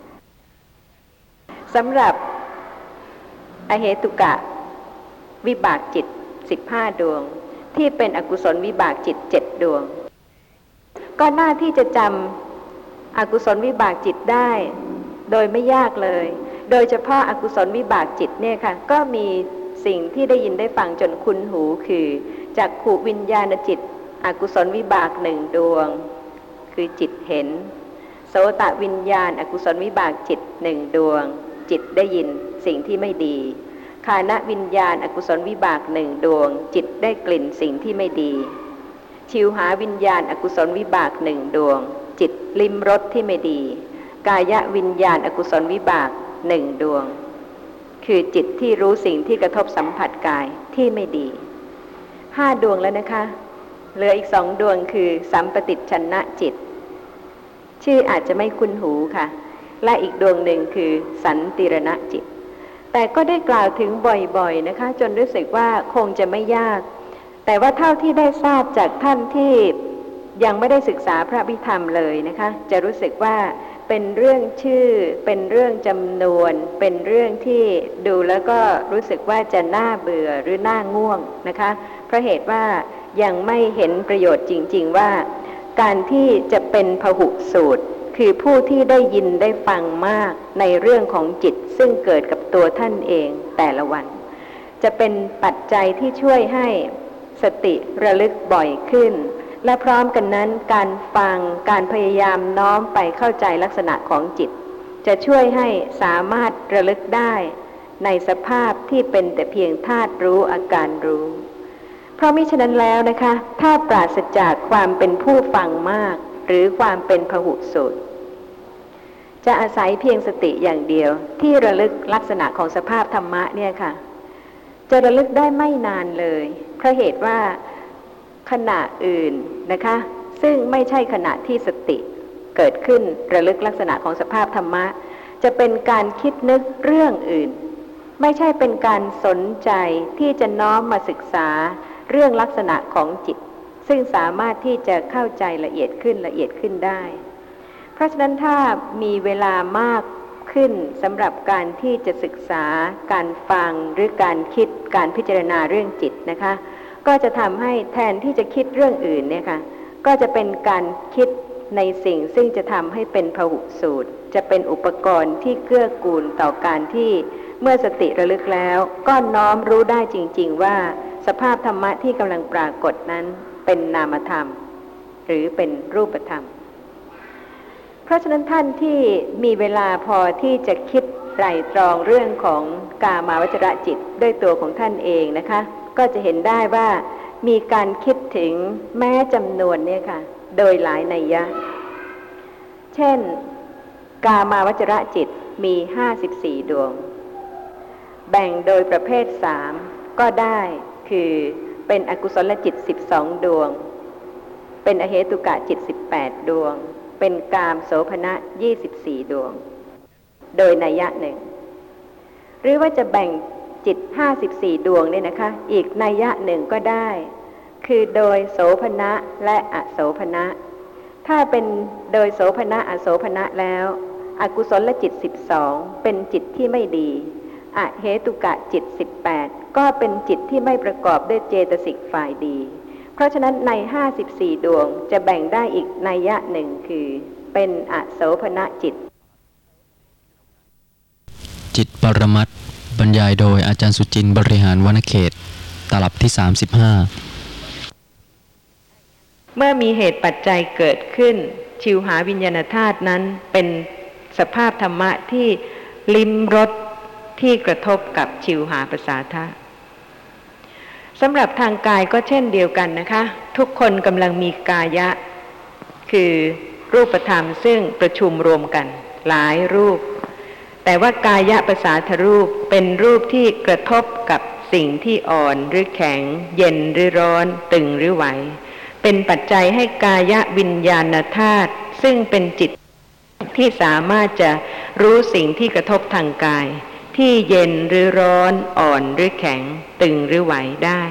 สำหรับอเหตุกะวิบากจิตสิบห้าดวงที่เป็นอกุศลวิบากจิตเจ็ดดวงก็น่าที่จะจำอกุศลวิบากจิตได้โดยไม่ยากเลยโดยเฉพาะอกุศลวิบากจิตเนี่ยค่ะก็มีสิ่งที่ได้ยินได้ฟังจนคุ้นหูคือจักขุวิญญาณจิตอกุศลวิบากหนึ่งดวงคือจิตเห็นโสตวิญญาณอกุศลวิบากจิตหนึ่งดวงจิตได้ยินสิ่งที่ไม่ดีฆานวิญญาณอกุศลวิบากหนึ่งดวงจิตได้กลิ่นสิ่งที่ไม่ดีชิวหาวิญญาณอกุศลวิบากหนึ่งดวงจิตลิ้มรสที่ไม่ดีกายวิญญาณอกุศลวิบากหนึ่งดวงคือจิตที่รู้สิ่งที่กระทบสัมผัสกายที่ไม่ดีห้าดวงแล้วนะคะเหลืออีกสองดวงคือสัมปติชนะจิตชื่ออาจจะไม่คุ้นหูค่ะและอีกดวงหนึ่งคือสันติรณจิตแต่ก็ได้กล่าวถึงบ่อยๆนะคะจนรู้สึกว่าคงจะไม่ยากแต่ว่าเท่าที่ได้ทราบจากท่านที่ยังไม่ได้ศึกษาพระวิธรรมเลยนะคะจะรู้สึกว่าเป็นเรื่องชื่อเป็นเรื่องจำนวนเป็นเรื่องที่ดูแล้วก็รู้สึกว่าจะน่าเบื่อหรือน่าง่วงนะคะเพราะเหตุว่ายังไม่เห็นประโยชน์จริงๆว่าการที่จะเป็นพหุสูตรคือผู้ที่ได้ยินได้ฟังมากในเรื่องของจิตซึ่งเกิดกับตัวท่านเองแต่ละวันจะเป็นปัจจัยที่ช่วยให้สติระลึกบ่อยขึ้นและพร้อมกันนั้นการฟังการพยายามน้อมไปเข้าใจลักษณะของจิตจะช่วยให้สามารถระลึกได้ในสภาพที่เป็นแต่เพียงธาตุรู้อาการรู้เพราะมิฉะนั้นแล้วนะคะถ้าปราศจากความเป็นผู้ฟังมากหรือความเป็นพหุสูตรจะอาศัยเพียงสติอย่างเดียวที่ระลึกลักษณะของสภาพธรรมะเนี่ยค่ะจะระลึกได้ไม่นานเลยเพราะเหตุว่าขณะอื่นนะคะซึ่งไม่ใช่ขณะที่สติเกิดขึ้นระลึกลักษณะของสภาพธรรมะจะเป็นการคิดนึกเรื่องอื่นไม่ใช่เป็นการสนใจที่จะน้อมมาศึกษาเรื่องลักษณะของจิตซึ่งสามารถที่จะเข้าใจละเอียดขึ้นละเอียดขึ้นได้เพราะฉะนั้นถ้ามีเวลามากขึ้นสำหรับการที่จะศึกษาการฟังหรือการคิดการพิจารณาเรื่องจิตนะคะก็จะทำให้แทนที่จะคิดเรื่องอื่นเนี่ยค่ะก็จะเป็นการคิดในสิ่งซึ่งจะทำให้เป็นพหุสูตรจะเป็นอุปกรณ์ที่เกื้อกูลต่อการที่เมื่อสติระลึกแล้วก็น้อมรู้ได้จริงๆว่าสภาพธรรมะที่กำลังปรากฏนั้นเป็นนามธรรมหรือเป็นรูปธรรมเพราะฉะนั้นท่านที่มีเวลาพอที่จะคิดไตร่ตรองเรื่องของกามาวจรจิตด้วยตัวของท่านเองนะคะก็จะเห็นได้ว่ามีการคิดถึงแม้จำนวนเนี่ยค่ะโดยหลายนัยยะเช่นกามาวจรจิตมีห้าสิบสี่ดวงแบ่งโดยประเภทสามก็ได้คือเป็นอกุศลจิตสิบสองดวงเป็นอเหตุกะจิตสิบแปดดวงเป็นกามโสภณะยี่สิบสี่ดวงโดยนัยยะหนึ่งหรือว่าจะแบ่งจิตห้าสิบสี่ดวงเนี่ยนะคะอีกนัยยะหนึ่งก็ได้คือโดยโสภณะและอโสภณะถ้าเป็นโดยโสภณะอโสภณะแล้วอกุศลจิตสิบสองเป็นจิตที่ไม่ดีอเหตุกะจิตสิบแปดก็เป็นจิตที่ไม่ประกอบด้วยเจตสิกฝ่ายดีเพราะฉะนั้นในห้าสิบสี่ดวงจะแบ่งได้อีกนัยยะหนึ่งคือเป็นอโสภณะจิตจิตปรมัตถ์บรรยายโดยอาจารย์สุจินต์บริหารวรรณเขตตลับที่สามสิบห้าเมื่อมีเหตุปัจจัยเกิดขึ้นชิวหาวิญญาณธาตุนั้นเป็นสภาพธรรมะที่ลิ้มรสที่กระทบกับชิวหาประสาทะสำหรับทางกายก็เช่นเดียวกันนะคะทุกคนกำลังมีกายะคือรูปธรรมซึ่งประชุมรวมกันหลายรูปแต่ว่ากายะประสาทรูปเป็นรูปที่กระทบกับสิ่งที่อ่อนหรือแข็งเย็นหรือร้อนตึงหรือไหวเป็นปัจจัยให้กายะวิญญาณธาตุซึ่งเป็นจิตที่สามารถจะรู้สิ่งที่กระทบทางกายที่เย็นหรือร้อนอ่อนหรือแข็งตึงหรือไหวได้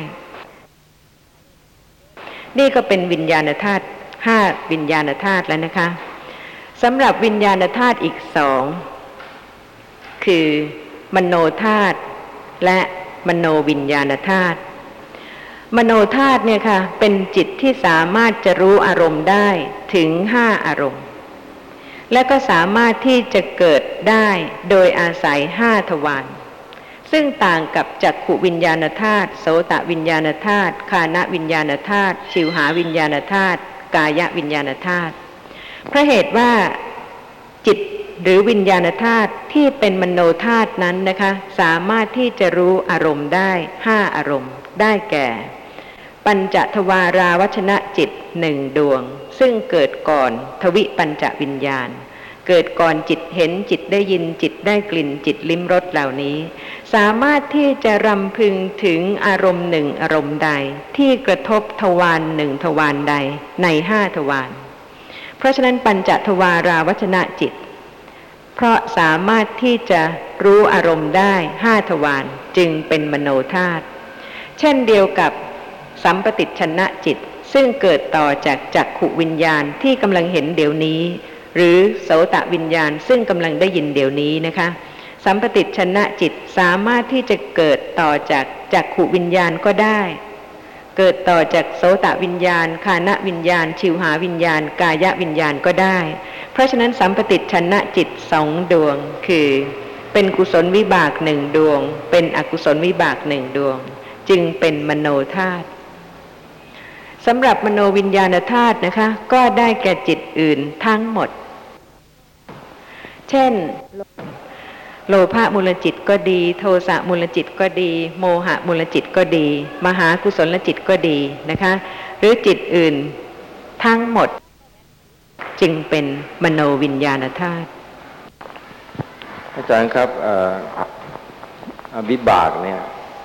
นี่ก็เป็นวิญญาณธาตุห้าวิญญาณธาตุแล้วนะคะสำหรับวิญญาณธาตุอีกสองคือมโนธาตุและมโนวิญญาณธาตุมโนธาตุเนี่ยค่ะเป็นจิตที่สามารถจะรู้อารมณ์ได้ถึงห้าอารมณ์และก็สามารถที่จะเกิดได้โดยอาศัยห้าทวารซึ่งต่างกับจักขุวิญญาณธาตุโสตวิญญาณธาตุฆานวิญญาณธาตุชิวหาวิญญาณธาตุกายวิญญาณธาตุเพราะเหตุว่าจิตหรือวิญญาณธาตุที่เป็นมโนธาตุนั้นนะคะสามารถที่จะรู้อารมณ์ได้ห้าอารมณ์ได้แก่ปัญจทวาราวัชนะจิตหนึ่งดวงซึ่งเกิดก่อนทวิปัญจวิญญาณเกิดก่อนจิตเห็นจิตได้ยินจิตได้กลิ่นจิตลิ้มรสเหล่านี้สามารถที่จะรำพึงถึงอารมณ์หนึ่งอารมณ์ใดที่กระทบทวารหนึ่งทวารใดในห้าทวารเพราะฉะนั้นปัญจทวาราวัชนะจิตเพราะสามารถที่จะรู้อารมณ์ได้ห้าทวารจึงเป็นมโนธาตุเช่นเดียวกับสัมปติชนะจิตซึ่งเกิดต่อจากจักขุวิญญาณที่กำลังเห็นเดี๋ยวนี้หรือโสตวิญญาณซึ่งกำลังได้ยินเดี๋ยวนี้นะคะสัมปติชนะจิตสามารถที่จะเกิดต่อจากจักขุวิญญาณก็ได้เกิดต่อจากโสตวิญญาณฆานวิญญาณชิวหาวิญญาณกายวิญญาณก็ได้เพราะฉะนั้นสัมปติชนะจิตสองดวงคือเป็นกุศลวิบากหนึ่งดวงเป็นอกุศลวิบากหนึ่งดวงจึงเป็นมโนธาตุสำหรับมโนวิญญาณธาตุนะคะก็ได้แก่จิตอื่นทั้งหมดเช่นโลภะมูลจิตก็ดีโทสะมูลจิตก็ดีโมหะมูลจิตก็ดีมหากุศลจิตก็ดีนะคะหรือจิตอื่นทั้งหมดจึงเป็นมโนวิญญาณธาตุอาจารย์ครับวิบากเนี่ย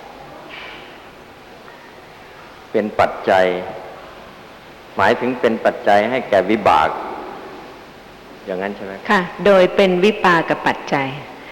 เป็นปัจจัยหมายถึงเป็นปัจจัยให้แก่วิบากอย่างนั้นใช่ไหมค่ะโดยเป็นวิปากปัจจัย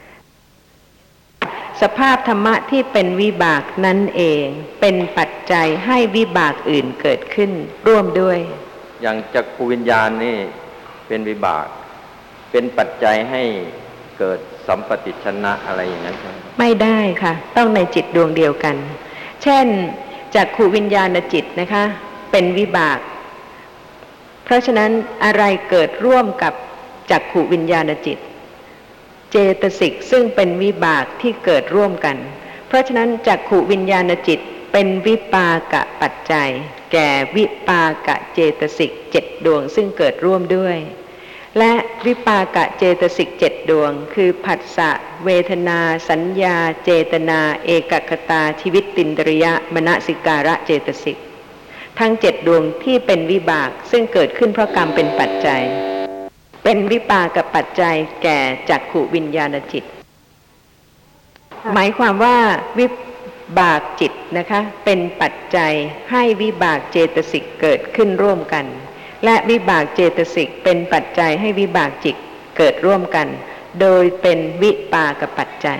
สภาพธรรมะที่เป็นวิบากนั่นเองเป็นปัจจัยให้วิบากอื่นเกิดขึ้นร่วมด้วยอย่างจักขุวิญญาณนี่เป็นวิบากเป็นปัจจัยให้เกิดสัมปติชนะอะไรอย่างนั้นใช่ไหมไม่ได้ค่ะต้องในจิตดวงเดียวกันเช่นจักขุวิญญาณจิตนะคะเป็นวิบากเพราะฉะนั้นอะไรเกิดร่วมกับจักขุวิญญาณจิตเจตสิกซึ่งเป็นวิบากที่เกิดร่วมกันเพราะฉะนั้นจักขุวิญญาณจิตเป็นวิปากะปัจจัยแก่วิปากะเจตสิกเจ็ดดวงซึ่งเกิดร่วมด้วยและวิปากะเจตสิกเจ็ดดวงคือผัสสะเวทนาสัญญาเจตนาเอกคตาชีวิตตินตริยะมนสิการะเจตสิกทั้งเจ็ดดวงที่เป็นวิบากซึ่งเกิดขึ้นเพราะกรรมเป็นปัจจัยเป็นวิปากะปัจจัยแก่จักขุวิญญาณจิตหมายความว่าวิบากจิตนะคะเป็นปัจจัยให้วิบากเจตสิกเกิดขึ้นร่วมกันและวิบากเจตสิกเป็นปัจจัยให้วิบากจิตเกิดร่วมกันโดยเป็นวิปากปัจจัย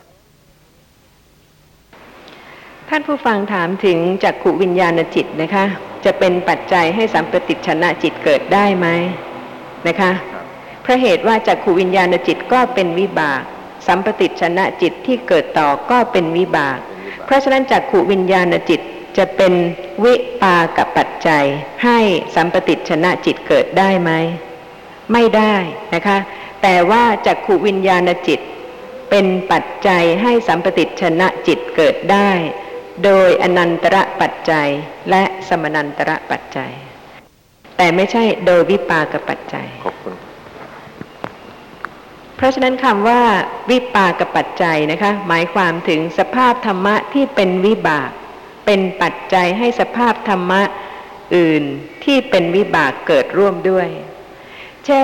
ท่านผู้ฟังถามถึงจักขุวิญญาณจิตนะคะจะเป็นปัจจัยให้สัมปติชนะจิตเกิดได้ไหมนะคะเพราะเหตุว่าจักขุวิญญาณจิตก็เป็นวิบากสัมปติชนะจิตที่เกิดต่อก็เป็นวิบากเพราะฉะนั้นจักขุวิญญาณจิตจะเป็นวิปากปัจจัยให้สัมปติชนะจิตเกิดได้ไหมไม่ได้นะคะแต่ว่าจักขุวิญญาณจิตเป็นปัจจัยให้สัมปติชนะจิตเกิดได้โดยอนันตระปัจจัยและสมนันตระปัจจัยแต่ไม่ใช่โดยวิปากปัจจัยขอบคุณเพราะฉะนั้นคำว่าวิปากปัจจัยนะคะหมายความถึงสภาพธรรมะที่เป็นวิบากเป็นปัจจัยให้สภาพธรรมะอื่นที่เป็นวิบากเกิดร่วมด้วยเช่น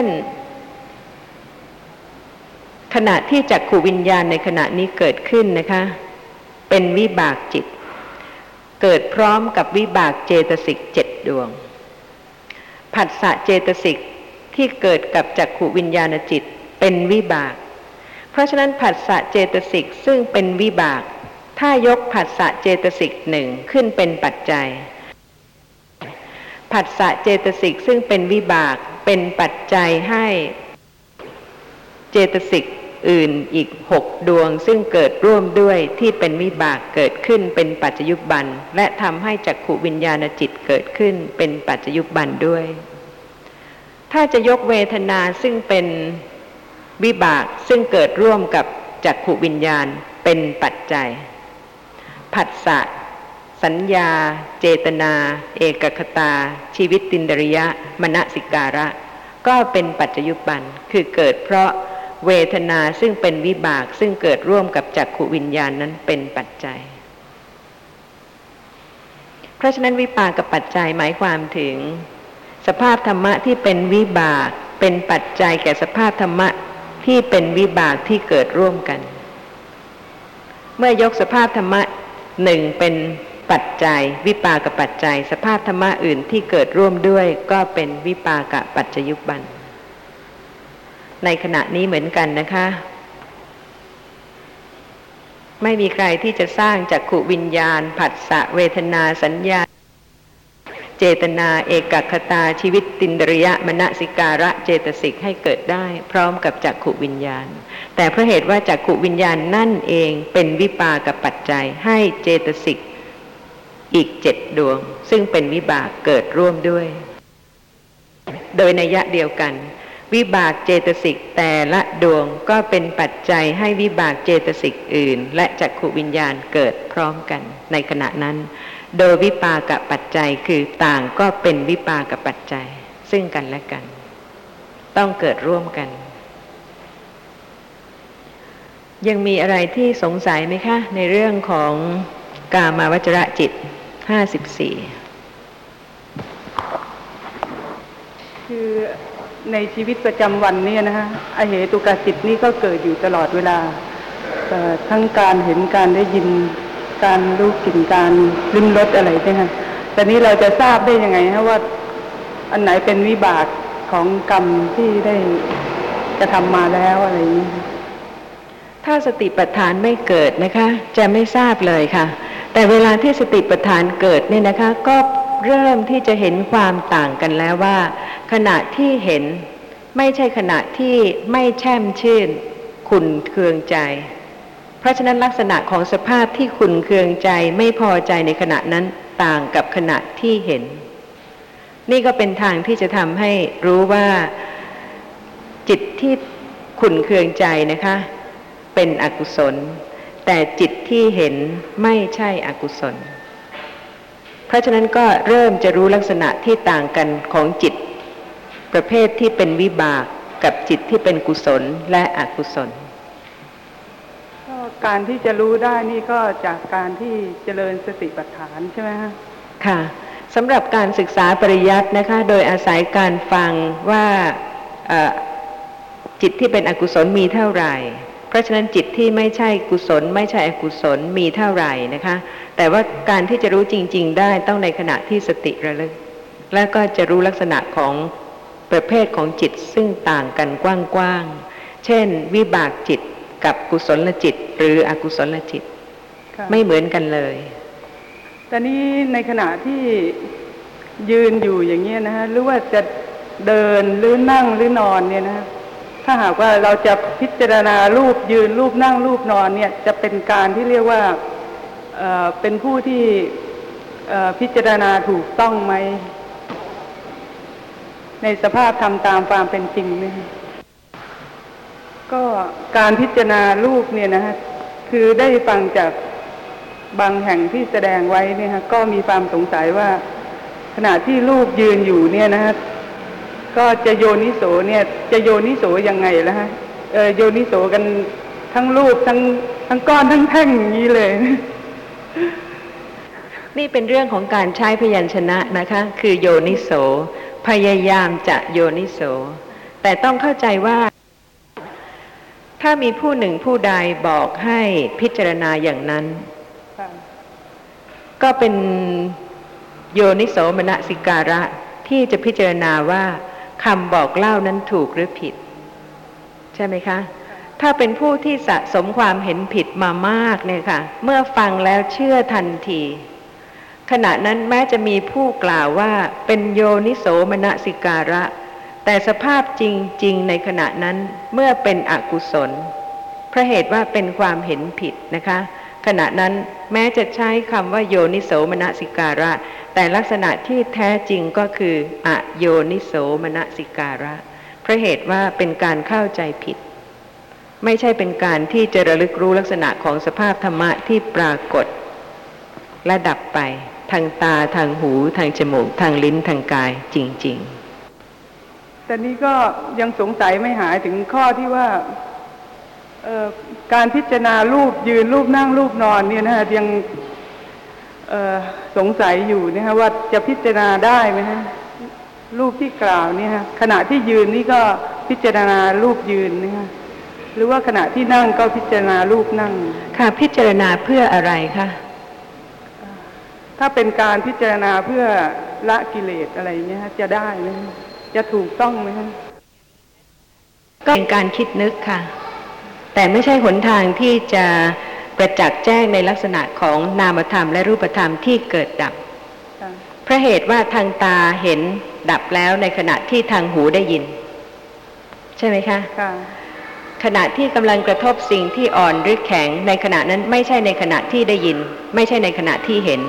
ขณะที่จักขุวิญญาณในขณะนี้เกิดขึ้นนะคะเป็นวิบากจิตเกิดพร้อมกับวิบากเจตสิกเจ็ดดวงผัสสะเจตสิกที่เกิดกับจักขุวิญญาณจิตเป็นวิบากเพราะฉะนั้นผัสสะเจตสิกซึ่งเป็นวิบากถ้ายกผัสสะเจตสิกหนึ่งขึ้นเป็นปัจจัยผัสสะเจตสิกซึ่งเป็นวิบากเป็นปัจจัยให้เจตสิกอื่นอีกหกดวงซึ่งเกิดร่วมด้วยที่เป็นวิบากเกิดขึ้นเป็นปัจจยุบันและทำให้จักขุวิญญาณจิตเกิดขึ้นเป็นปัจจยุบันด้วยถ้าจะยกเวทนาซึ่งเป็นวิบากซึ่งเกิดร่วมกับจักขุวิญญาณเป็นปัจจัยผัสสะสัญญาเจตนาเอกคตาชีวิตตินดริยะมนสิการะก็เป็นปัจจยุบันคือเกิดเพราะเวทนาซึ่งเป็นวิบากซึ่งเกิดร่วมกับจักขุวิญญาณนั้นเป็นปัจจัยเพราะฉะนั้นวิปากปัจจัยหมายความถึงสภาพธรรมะที่เป็นวิบากเป็นปัจจัยแก่สภาพธรรมะที่เป็นวิบากที่เกิดร่วมกันเมื่อยกสภาพธรรมะหนึ่งเป็นปัจจัยวิปากปัจจัยสภาพธรรมะอื่นที่เกิดร่วมด้วยก็เป็นวิปากปัจจยุบันในขณะนี้เหมือนกันนะคะไม่มีใครที่จะสร้างจักขุวิญญาณผัสสะเวทนาสัญญาเจตนาเอกคตาชีวิตตินดริยะมนสิการะเจตสิกให้เกิดได้พร้อมกับจักขุวิญญาณแต่เพราะเหตุว่าจักขุวิญญาณนั่นเองเป็นวิปากปัจจัยให้เจตสิกอีกเจ็ดดวงซึ่งเป็นวิบากเกิดร่วมด้วยโดยนัยยะเดียวกันวิบากเจตสิกแต่ละดวงก็เป็นปัจจัยให้วิบากเจตสิกอื่นและจักขุวิญญาณเกิดพร้อมกันในขณะนั้นโดยวิปากปัจจัยคือต่างก็เป็นวิปากปัจจัยซึ่งกันและกันต้องเกิดร่วมกันยังมีอะไรที่สงสัยไหมคะในเรื่องของกามาวจรจิตห้าสิบสี่คือในชีวิตประจำวันเนี่ยนะฮะอเหตุกจิตนี่ก็เกิดอยู่ตลอดเวลาทั้งการเห็นการได้ยินการรู้กลิ่นการลิ้มรสอะไรใช่ไหมแต่นี้เราจะทราบได้ยังไงฮะว่าอันไหนเป็นวิบากของกรรมที่ได้กระทำมาแล้วอะไรอย่างนี้ถ้าสติปัฏฐานไม่เกิดนะคะจะไม่ทราบเลยค่ะแต่เวลาที่สติปัฏฐานเกิดเนี่ยนะคะก็เริ่มที่จะเห็นความต่างกันแล้วว่าขณะที่เห็นไม่ใช่ขณะที่ไม่แช่มชื่นขุ่นเคืองใจเพราะฉะนั้นลักษณะของสภาพที่ขุ่นเคืองใจไม่พอใจในขณะนั้นต่างกับขณะที่เห็นนี่ก็เป็นทางที่จะทำให้รู้ว่าจิตที่ขุ่นเคืองใจนะคะเป็นอกุศลแต่จิตที่เห็นไม่ใช่อกุศลเพราะฉะนั้นก็เริ่มจะรู้ลักษณะที่ต่างกันของจิตประเภทที่เป็นวิบากกับจิตที่เป็นกุศลและอกุศลก็การที่จะรู้ได้นี่ก็จากการที่เจริญสติปัฏฐานใช่ไหมฮะค่ะสำหรับการศึกษาปริยัตินะคะโดยอาศัยการฟังว่าจิตที่เป็นอกุศลมีเท่าไหร่เพราะฉะนั้นจิตที่ไม่ใช่กุศลไม่ใช่อกุศลมีเท่าไหร่นะคะแต่ว่าการที่จะรู้จริงๆได้ต้องในขณะที่สติระลึกแล้วก็จะรู้ลักษณะของประเภทของจิตซึ่งต่างกันกว้างๆเช่นวิบากจิตกับกุศลจิตหรืออกุศลจิตไม่เหมือนกันเลยแต่นี้ในขณะที่ยืนอยู่อย่างเงี้ยนะฮะหรือว่าจะเดินหรือนั่งหรือนอนเนี่ยนะถ้าหากว่าเราจะพิจารณารูปยืนรูปนั่งรูปนอนเนี่ยจะเป็นการที่เรียกว่าเอ่อเป็นผู้ที่เอ่อพิจารณาถูกต้องไหมในสภาพธรรมตามความเป็นจริงเนี่ยก็การพิจารณารูปเนี่ยนะฮะคือได้ฟังจากบางแห่งที่แสดงไว้เนี่ยฮะก็มีความสงสัยว่าขณะที่รูปยืนอยู่เนี่ยนะฮะก็จะโยนิโสเนี่ยจะโยนิโสยังไงล่ะฮะเออโยนิโสกันทั้งรูปทั้งทั้งก้อนทั้งแท่งอย่างนี้เลยนี่เป็นเรื่องของการใช้พยัญชนะนะคะคือโยนิโสพยายามจะโยนิโสแต่ต้องเข้าใจว่าถ้ามีผู้หนึ่งผู้ใดบอกให้พิจารณาอย่างนั้นก็เป็นโยนิโสมนสิการะที่จะพิจารณาว่าคำบอกเล่านั้นถูกหรือผิดใช่ไหมคะถ้าเป็นผู้ที่สะสมความเห็นผิดมามากเนี่ยค่ะเมื่อฟังแล้วเชื่อทันทีขณะนั้นแม้จะมีผู้กล่าวว่าเป็นโยนิโสมนสิการะแต่สภาพจริงๆในขณะนั้นเมื่อเป็นอกุศลเพราะเหตุว่าเป็นความเห็นผิดนะคะขณะนั้นแม้จะใช้คำว่าโยนิโสมนสิการะแต่ลักษณะที่แท้จริงก็คืออโยนิโสมนสิการะเพราะเหตุว่าเป็นการเข้าใจผิดไม่ใช่เป็นการที่จะระลึกรู้ลักษณะของสภาพธรรมะที่ปรากฏและดับไปทางตาทางหูทางจมูกทางลิ้นทางกายจริงๆแต่นี้ก็ยังสงสัยไม่หายถึงข้อที่ว่าการพิจารณารูปยืนรูปนั่งรูปนอนเนี่ยนะฮะยังสงสัยอยู่นะฮะว่าจะพิจารณาได้ไหมฮะรูปที่กล่าวเนี่ยฮะขณะที่ยืนนี่ก็พิจารณารูปยืนนะฮะหรือว่าขณะที่นั่งก็พิจารณารูปนั่งค่ะพิจารณาเพื่ออะไรคะถ้าเป็นการพิจารณาเพื่อละกิเลสอะไรเงี้ยจะได้ไหมจะถูกต้องไหมคะก็เป็นการคิดนึกค่ะแต่ไม่ใช่หนทางที่จะประจักษ์แจ้งในลักษณะของนามธรรมและรูปธรรมที่เกิดดับเพราะเหตุว่าทางตาเห็นดับแล้วในขณะที่ทางหูได้ยินใช่ไหมคะค่ะขณะที่กำลังกระทบสิ่งที่อ่อนหรือแข็งในขณะนั้นไม่ใช่ในขณะที่ได้ยินไม่ใช่ในขณะที่เห็น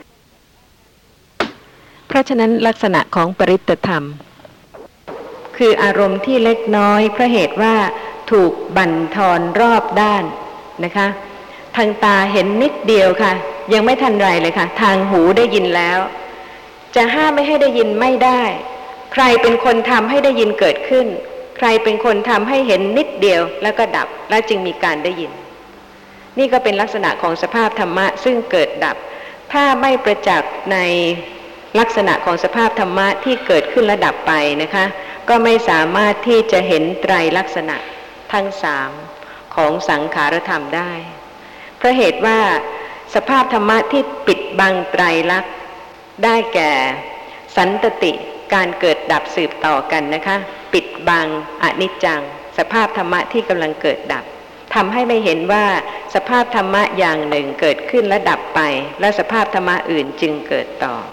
เพราะฉะนั้นลักษณะของปริตตธรรมคืออารมณ์ที่เล็กน้อยเพราะเหตุว่าถูกบั่นทอนรอบด้านนะคะทางตาเห็นนิดเดียวค่ะยังไม่ทันไรเลยค่ะทางหูได้ยินแล้วจะห้ามไม่ให้ได้ยินไม่ได้ใครเป็นคนทำให้ได้ยินเกิดขึ้นใครเป็นคนทำให้เห็นนิดเดียวแล้วก็ดับแล้วจึงมีการได้ยินนี่ก็เป็นลักษณะของสภาพธรรมะซึ่งเกิดดับถ้าไม่ประจักษ์ในลักษณะของสภาพธรรมะที่เกิดขึ้นและดับไปนะคะก็ไม่สามารถที่จะเห็นไตรลักษณะทั้งสามของสังขารธรรมได้เพราะเหตุว่าสภาพธรรมะที่ปิดบังไตรลักษณ์ได้แก่สันตติการเกิดดับสืบต่อกันนะคะปิดบังอนิจจังสภาพธรรมะที่กำลังเกิดดับทำให้ไม่เห็นว่าสภาพธรรมะอย่างหนึ่งเกิดขึ้นและดับไปและสภาพธรรมะอื่นจึงเกิดต่อ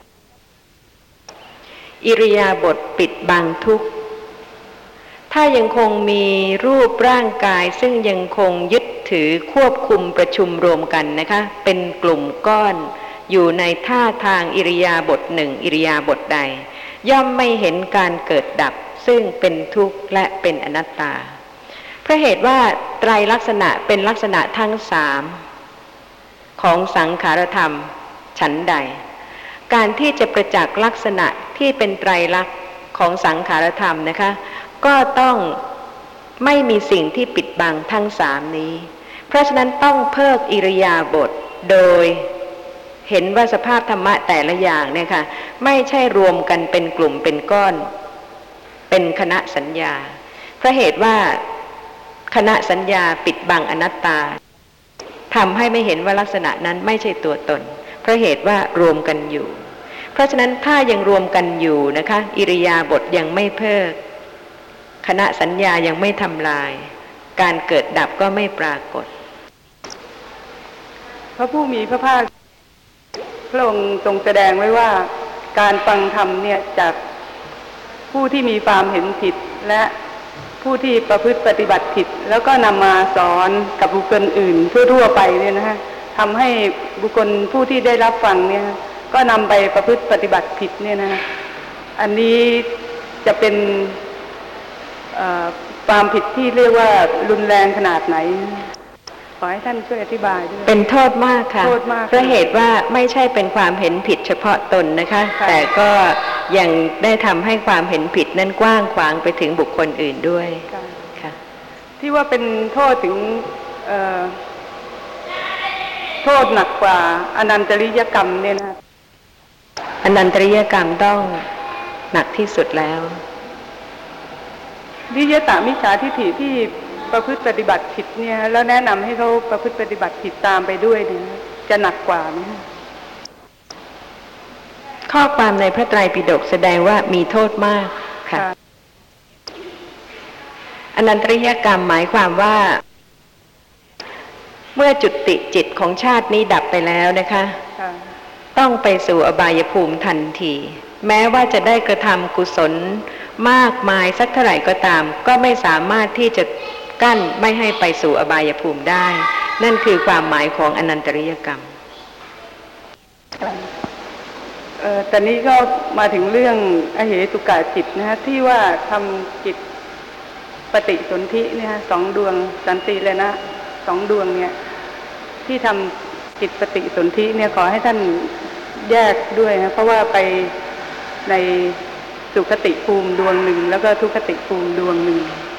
อิริยาบถปิดบังทุกข์ถ้ายังคงมีรูปร่างกายซึ่งยังคงยึดถือควบคุมประชุมรวมกันนะคะเป็นกลุ่มก้อนอยู่ในท่าทางอิริยาบถหนึ่งอิริยาบถใดย่อมไม่เห็นการเกิดดับซึ่งเป็นทุกข์และเป็นอนัตตาเพราะเหตุว่าไตรลักษณะเป็นลักษณะทั้งสามของสังขารธรรมฉันใดการที่จะประจักษ์ลักษณะที่เป็นไตรลักษณ์ของสังขารธรรมนะคะก็ต้องไม่มีสิ่งที่ปิดบังทั้งสามนี้เพราะฉะนั้นต้องเพิกอิริยาบถโดยเห็นว่าสภาพธรรมะแต่ละอย่างเนี่ยค่ะไม่ใช่รวมกันเป็นกลุ่มเป็นก้อนเป็นคณะสัญญาเพราะเหตุว่าคณะสัญญาปิดบังอนัตตาทำให้ไม่เห็นว่าลักษณะนั้นไม่ใช่ตัวตนเพราะเหตุว่ารวมกันอยู่เพราะฉะนั้นถ้ายังรวมกันอยู่นะคะอิริยาบถยังไม่เพิกคณะสัญญายังไม่ทำลายการเกิดดับก็ไม่ปรากฏพระผู้มีพระภาคพระองค์ทรงแสดงไว้ว่าการฟังธรรมเนี่ยจากผู้ที่มีความเห็นผิดและผู้ที่ประพฤติปฏิบัติผิดแล้วก็นำมาสอนกับบุคคลอื่นทั่วๆไปเนี่ยนะฮะทำให้บุคคลผู้ที่ได้รับฟังเนี่ยก็นำไปประพฤติปฏิบัติผิดเนี่ยนะอันนี้จะเป็นความผิดที่เรียกว่ารุนแรงขนาดไหนขออให้ท่านช่วยอธิบายด้วยเป็นโทษมากค่ะโทษมากเพราะเหตุว่าไม่ใช่เป็นความเห็นผิดเฉพาะตนนะคะค่ะแต่ก็ยังได้ทำให้ความเห็นผิดนั้นกว้างขวางไปถึงบุคคลอื่นด้วยค่ะที่ว่าเป็นโทษถึงเอ่อโทษหนักกว่าอนันตริยกรรมเนี่ยนะอนันตริยกรรมต้องหนักที่สุดแล้ววิยตามิจฉาทิฏฐิที่ประพฤติปฏิบัติผิดเนี่ยแล้วแนะนำให้เขาประพฤติปฏิบัติผิดตามไปด้วยเนี่ยจะหนักกว่าไหมข้อความในพระไตรปิฎกแสดงว่ามีโทษมากค่ะอนันตริยกรรมหมายความว่าเมื่อจุติจิตของชาตินี้ดับไปแล้วนะคะต้องไปสู่อบายภูมิทันทีแม้ว่าจะได้กระทำกุศลมากมายสักเท่าไหร่ก็ตามก็ไม่สามารถที่จะกั้นไม่ให้ไปสู่อบายภูมิได้นั่นคือความหมายของอนันตริยกรรมเอ่อตอนนี้ก็มาถึงเรื่องอเหตุกะจิตนะฮะที่ว่าทำจิตปฏิสนธิเนี่ยสองดวงสันติเลยนะสองดวงเนี่ยที่ทำจิตปฏิสนธิเนี่ยขอให้ท่านแยกด้วยนะเพราะว่าไปในสุคติภูมิดวงหนึ่งแล้วก็ทุคติภูมิดวงหนึ่ง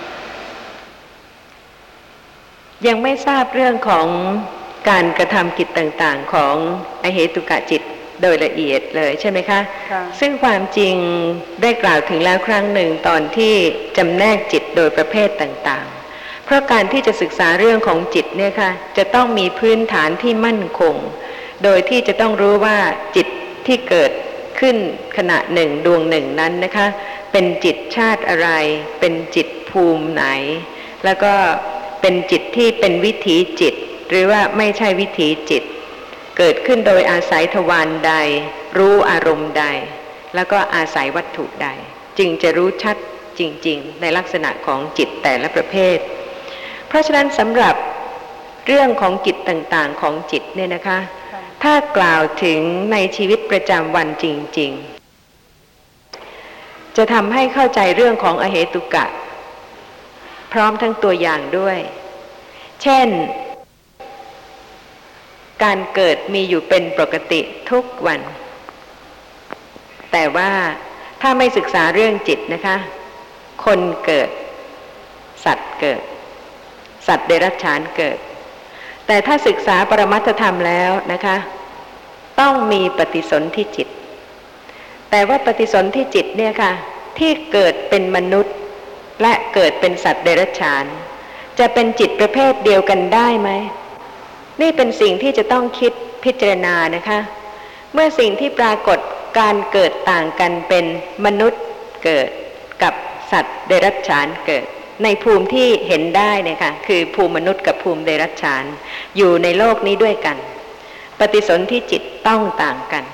ยังไม่ทราบเรื่องของการกระทำกิจต่างๆของอเหตุกะจิตโดยละเอียดเลยใช่ไหมคะซึ่งความจริงได้กล่าวถึงแล้วครั้งหนึ่งตอนที่จำแนกจิตโดยประเภทต่างๆเพราะการที่จะศึกษาเรื่องของจิตเนี่ยค่ะจะต้องมีพื้นฐานที่มั่นคงโดยที่จะต้องรู้ว่าจิตที่เกิดขึ้นขณะหนึ่งดวงหนึ่งนั้นนะคะเป็นจิตชาติอะไรเป็นจิตภูมิไหนแล้วก็เป็นจิตที่เป็นวิถีจิตหรือว่าไม่ใช่วิถีจิตเกิดขึ้นโดยอาศัยทวารใดรู้อารมณ์ใดแล้วก็อาศัยวัตถุใดจึงจะรู้ชัดจริงๆในลักษณะของจิตแต่ละประเภทเพราะฉะนั้นสำหรับเรื่องของกิจต่างๆของจิตเนี่ยนะคะถ้ากล่าวถึงในชีวิตประจำวันจริงๆจะทำให้เข้าใจเรื่องของอเหตุกะพร้อมทั้งตัวอย่างด้วยเช่นการเกิดมีอยู่เป็นปกติทุกวันแต่ว่าถ้าไม่ศึกษาเรื่องจิตนะคะคนเกิดสัตว์เกิดสัตว์เดรัจฉานเกิดแต่ถ้าศึกษาปรมัตถธรรมแล้วนะคะต้องมีปฏิสนธิจิตแต่ว่าปฏิสนธิจิตเนี่ยค่ะที่เกิดเป็นมนุษย์และเกิดเป็นสัตว์เดรัจฉานจะเป็นจิตประเภทเดียวกันได้ไหมนี่เป็นสิ่งที่จะต้องคิดพิจารณานะคะเมื่อสิ่งที่ปรากฏการเกิดต่างกันเป็นมนุษย์เกิดกับสัตว์เดรัจฉานเกิดในภูมิที่เห็นได้เนี่ยค่ะคือภูมิมนุษย์กับภูมิเดรัจฉานอยู่ในโลกนี้ด้วยกันปฏิสนธิจิตต้องต่างกัน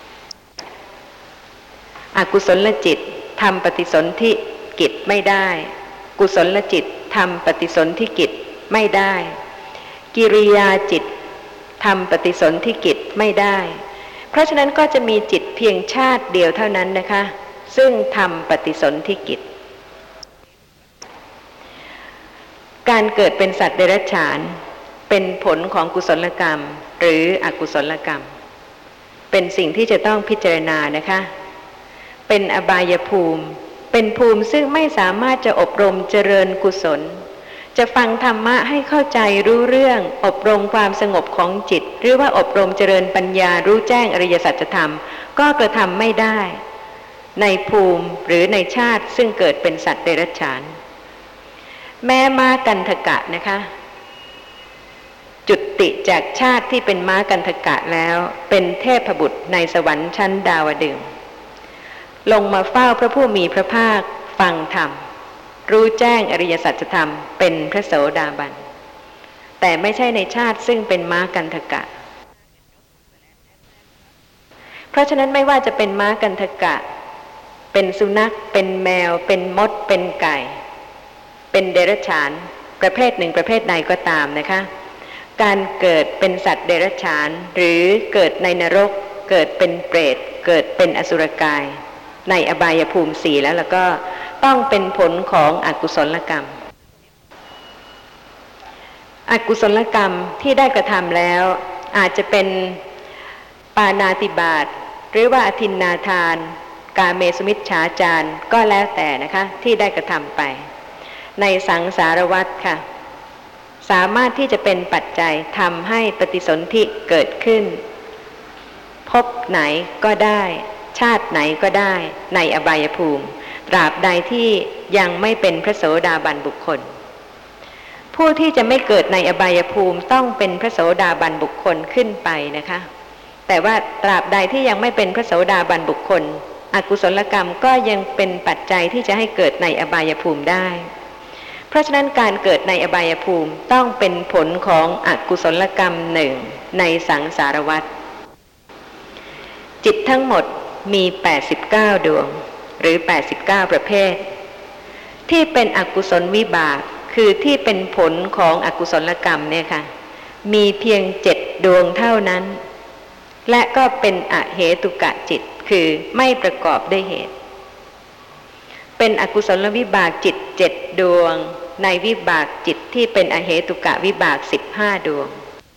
อกุศลจิตทำปฏิสนธิกิจไม่ได้กุศลจิตทำปฏิสนธิกิจไม่ได้กิริยาจิตทำปฏิสนธิกิจไม่ได้เพราะฉะนั้นก็จะมีจิตเพียงชาติเดียวเท่านั้นนะคะซึ่งทำปฏิสนธิกิจการเกิดเป็นสัตว์เดรัจฉานเป็นผลของกุศลกรรมหรืออกุศลกรรมเป็นสิ่งที่จะต้องพิจารณานะคะเป็นอบายภูมิเป็นภูมิซึ่งไม่สามารถจะอบรมเจริญกุศลจะฟังธรรมะให้เข้าใจรู้เรื่องอบรมความสงบของจิตหรือว่าอบรมเจริญปัญญารู้แจ้งอริยสัจธรรมก็กระทำไม่ได้ในภูมิหรือในชาติซึ่งเกิดเป็นสัตว์เดรัจฉานแม้ม้ากันทกะนะคะจุติจากชาติที่เป็นม้ากันทกะแล้วเป็นเทพบุตรในสวรรค์ชั้นดาวดึงส์ลงมาเฝ้าพระผู้มีพระภาคฟังธรรมรู้แจ้งอริยสัจธรรมเป็นพระโสดาบันแต่ไม่ใช่ในชาติซึ่งเป็นม้ากันทกะเพราะฉะนั้นไม่ว่าจะเป็นม้ากันทกะเป็นสุนัขเป็นแมวเป็นมดเป็นไก่เป็นเดรัจฉานประเภทหนึ่งประเภทใดก็ตามนะคะการเกิดเป็นสัตว์เดรัจฉานหรือเกิดในนรกเกิดเป็นเปรตเกิดเป็นอสุรกายในอบายภูมิสี่แล้วแล้วก็ต้องเป็นผลของอกุศลกรรมออกุศลกรรมที่ได้กระทำแล้วอาจจะเป็นปาณาติบาตหรือว่าอทินนาทานกาเมสุมิจฉาจารก็แล้วแต่นะคะที่ได้กระทำไปในสังสารวัฏค่ะสามารถที่จะเป็นปัจจัยทำให้ปฏิสนธิเกิดขึ้นพบไหนก็ได้ชาติไหนก็ได้ในอบายภูมิตราบใดที่ยังไม่เป็นพระโสดาบันบุคคลผู้ที่จะไม่เกิดในอบายภูมิต้องเป็นพระโสดาบันบุคคลขึ้นไปนะคะแต่ว่าตราบใดที่ยังไม่เป็นพระโสดาบันบุคคลอกุศลกรรมก็ยังเป็นปัจจัยที่จะให้เกิดในอบายภูมิได้เพราะฉะนั้นการเกิดในอบายภูมิต้องเป็นผลของอกุศลกรรมหนึ่งในสังสารวัฏจิตทั้งหมดมีแปดสิบเก้าดวงหรือแปดสิบเก้าประเภทที่เป็นอกุศลวิบากคือที่เป็นผลของอกุศลกรรมเนี่ยค่ะมีเพียงเจ็ดดวงเท่านั้นและก็เป็นอเหตุกะจิตคือไม่ประกอบด้วยเหตุเป็นอกุศลวิบากจิตเจ็ดดวงในวิบากจิตที่เป็นอเหตุกะวิบากสิบห้าดวง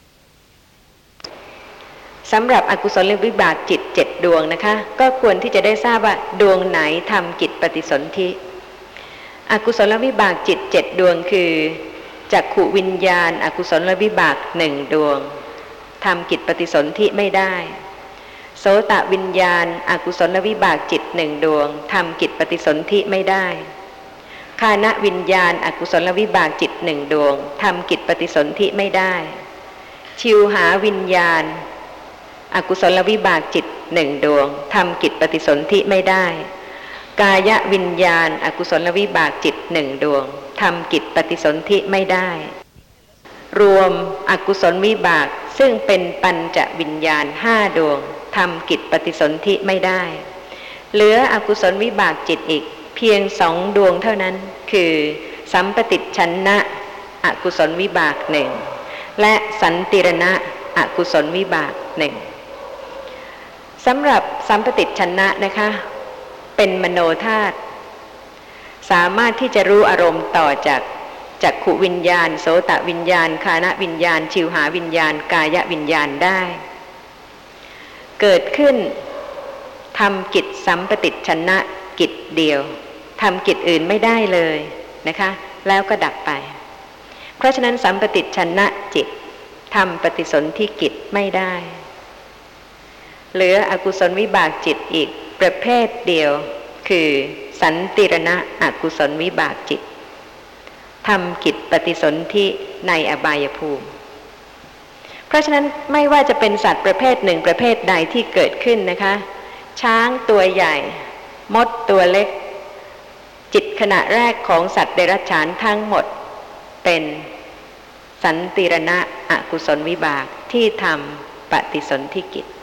สำหรับอกุศลวิบากจิตเจ็ดดวงนะคะก็ควรที่จะได้ทราบว่าดวงไหนทำกิจปฏิสนธิอกุศลวิบากจิตเจ็ดดวงคือจักขุวิญญาณอกุศลวิบากหนึ่งดวงทำกิจปฏิสนธิไม่ได้โสตวิญญาณอกุศลวิบากจิตหนึ่งดวงทำกิจปฏิสนธิไม่ได้ฆานวิญญาณอกุศลวิบากจิตหนึ่งดวงทำกิจปฏิสนธิไม่ได้ชิวหาวิญญาณอกุศลวิบากจิตหนึ่งดวงทำกิจปฏิสนธิไม่ได้กายวิญญาณอกุศลวิบากจิตหนึ่งดวงทำกิจปฏิสนธิไม่ได้รวมอกุศลวิบากซึ่งเป็นปัญจวิญญาณห้าดวงทำกิจปฏิสนธิไม่ได้เหลืออกุศลวิบากจิตอีกเพียงสองดวงเท่านั้นคือสัมปติชันนะอกุศลวิบากหนึ่งและสันติรณะอกุศลวิบากหนึ่งสำหรับสัมปติชันนะนะคะเป็นมโนธาตุสามารถที่จะรู้อารมณ์ต่อจากจักขุวิญญาณโสตวิญญาณฆานวิญญาณชิวหาวิญญาณกายวิญญาณได้เกิดขึ้นทำกิจสัมปติชันนะกิจเดียวทำกิจอื่นไม่ได้เลยนะคะแล้วก็ดับไปเพราะฉะนั้นสัมปติชันนะจิตทำปฏิสนธิกิจไม่ได้เหลืออกุศลวิบากจิตอีกประเภทเดียวคือสันติรณะอกุศลวิบากจิตทำกิจปฏิสนธิในอบายภูมิเพราะฉะนั้นไม่ว่าจะเป็นสัตว์ประเภทหนึ่งประเภทใดที่เกิดขึ้นนะคะช้างตัวใหญ่มดตัวเล็กจิตขณะแรกของสัตว์เดรัจฉานทั้งหมดเป็นสันติรณะอกุศลวิบากที่ทำปฏิสนธิกิจ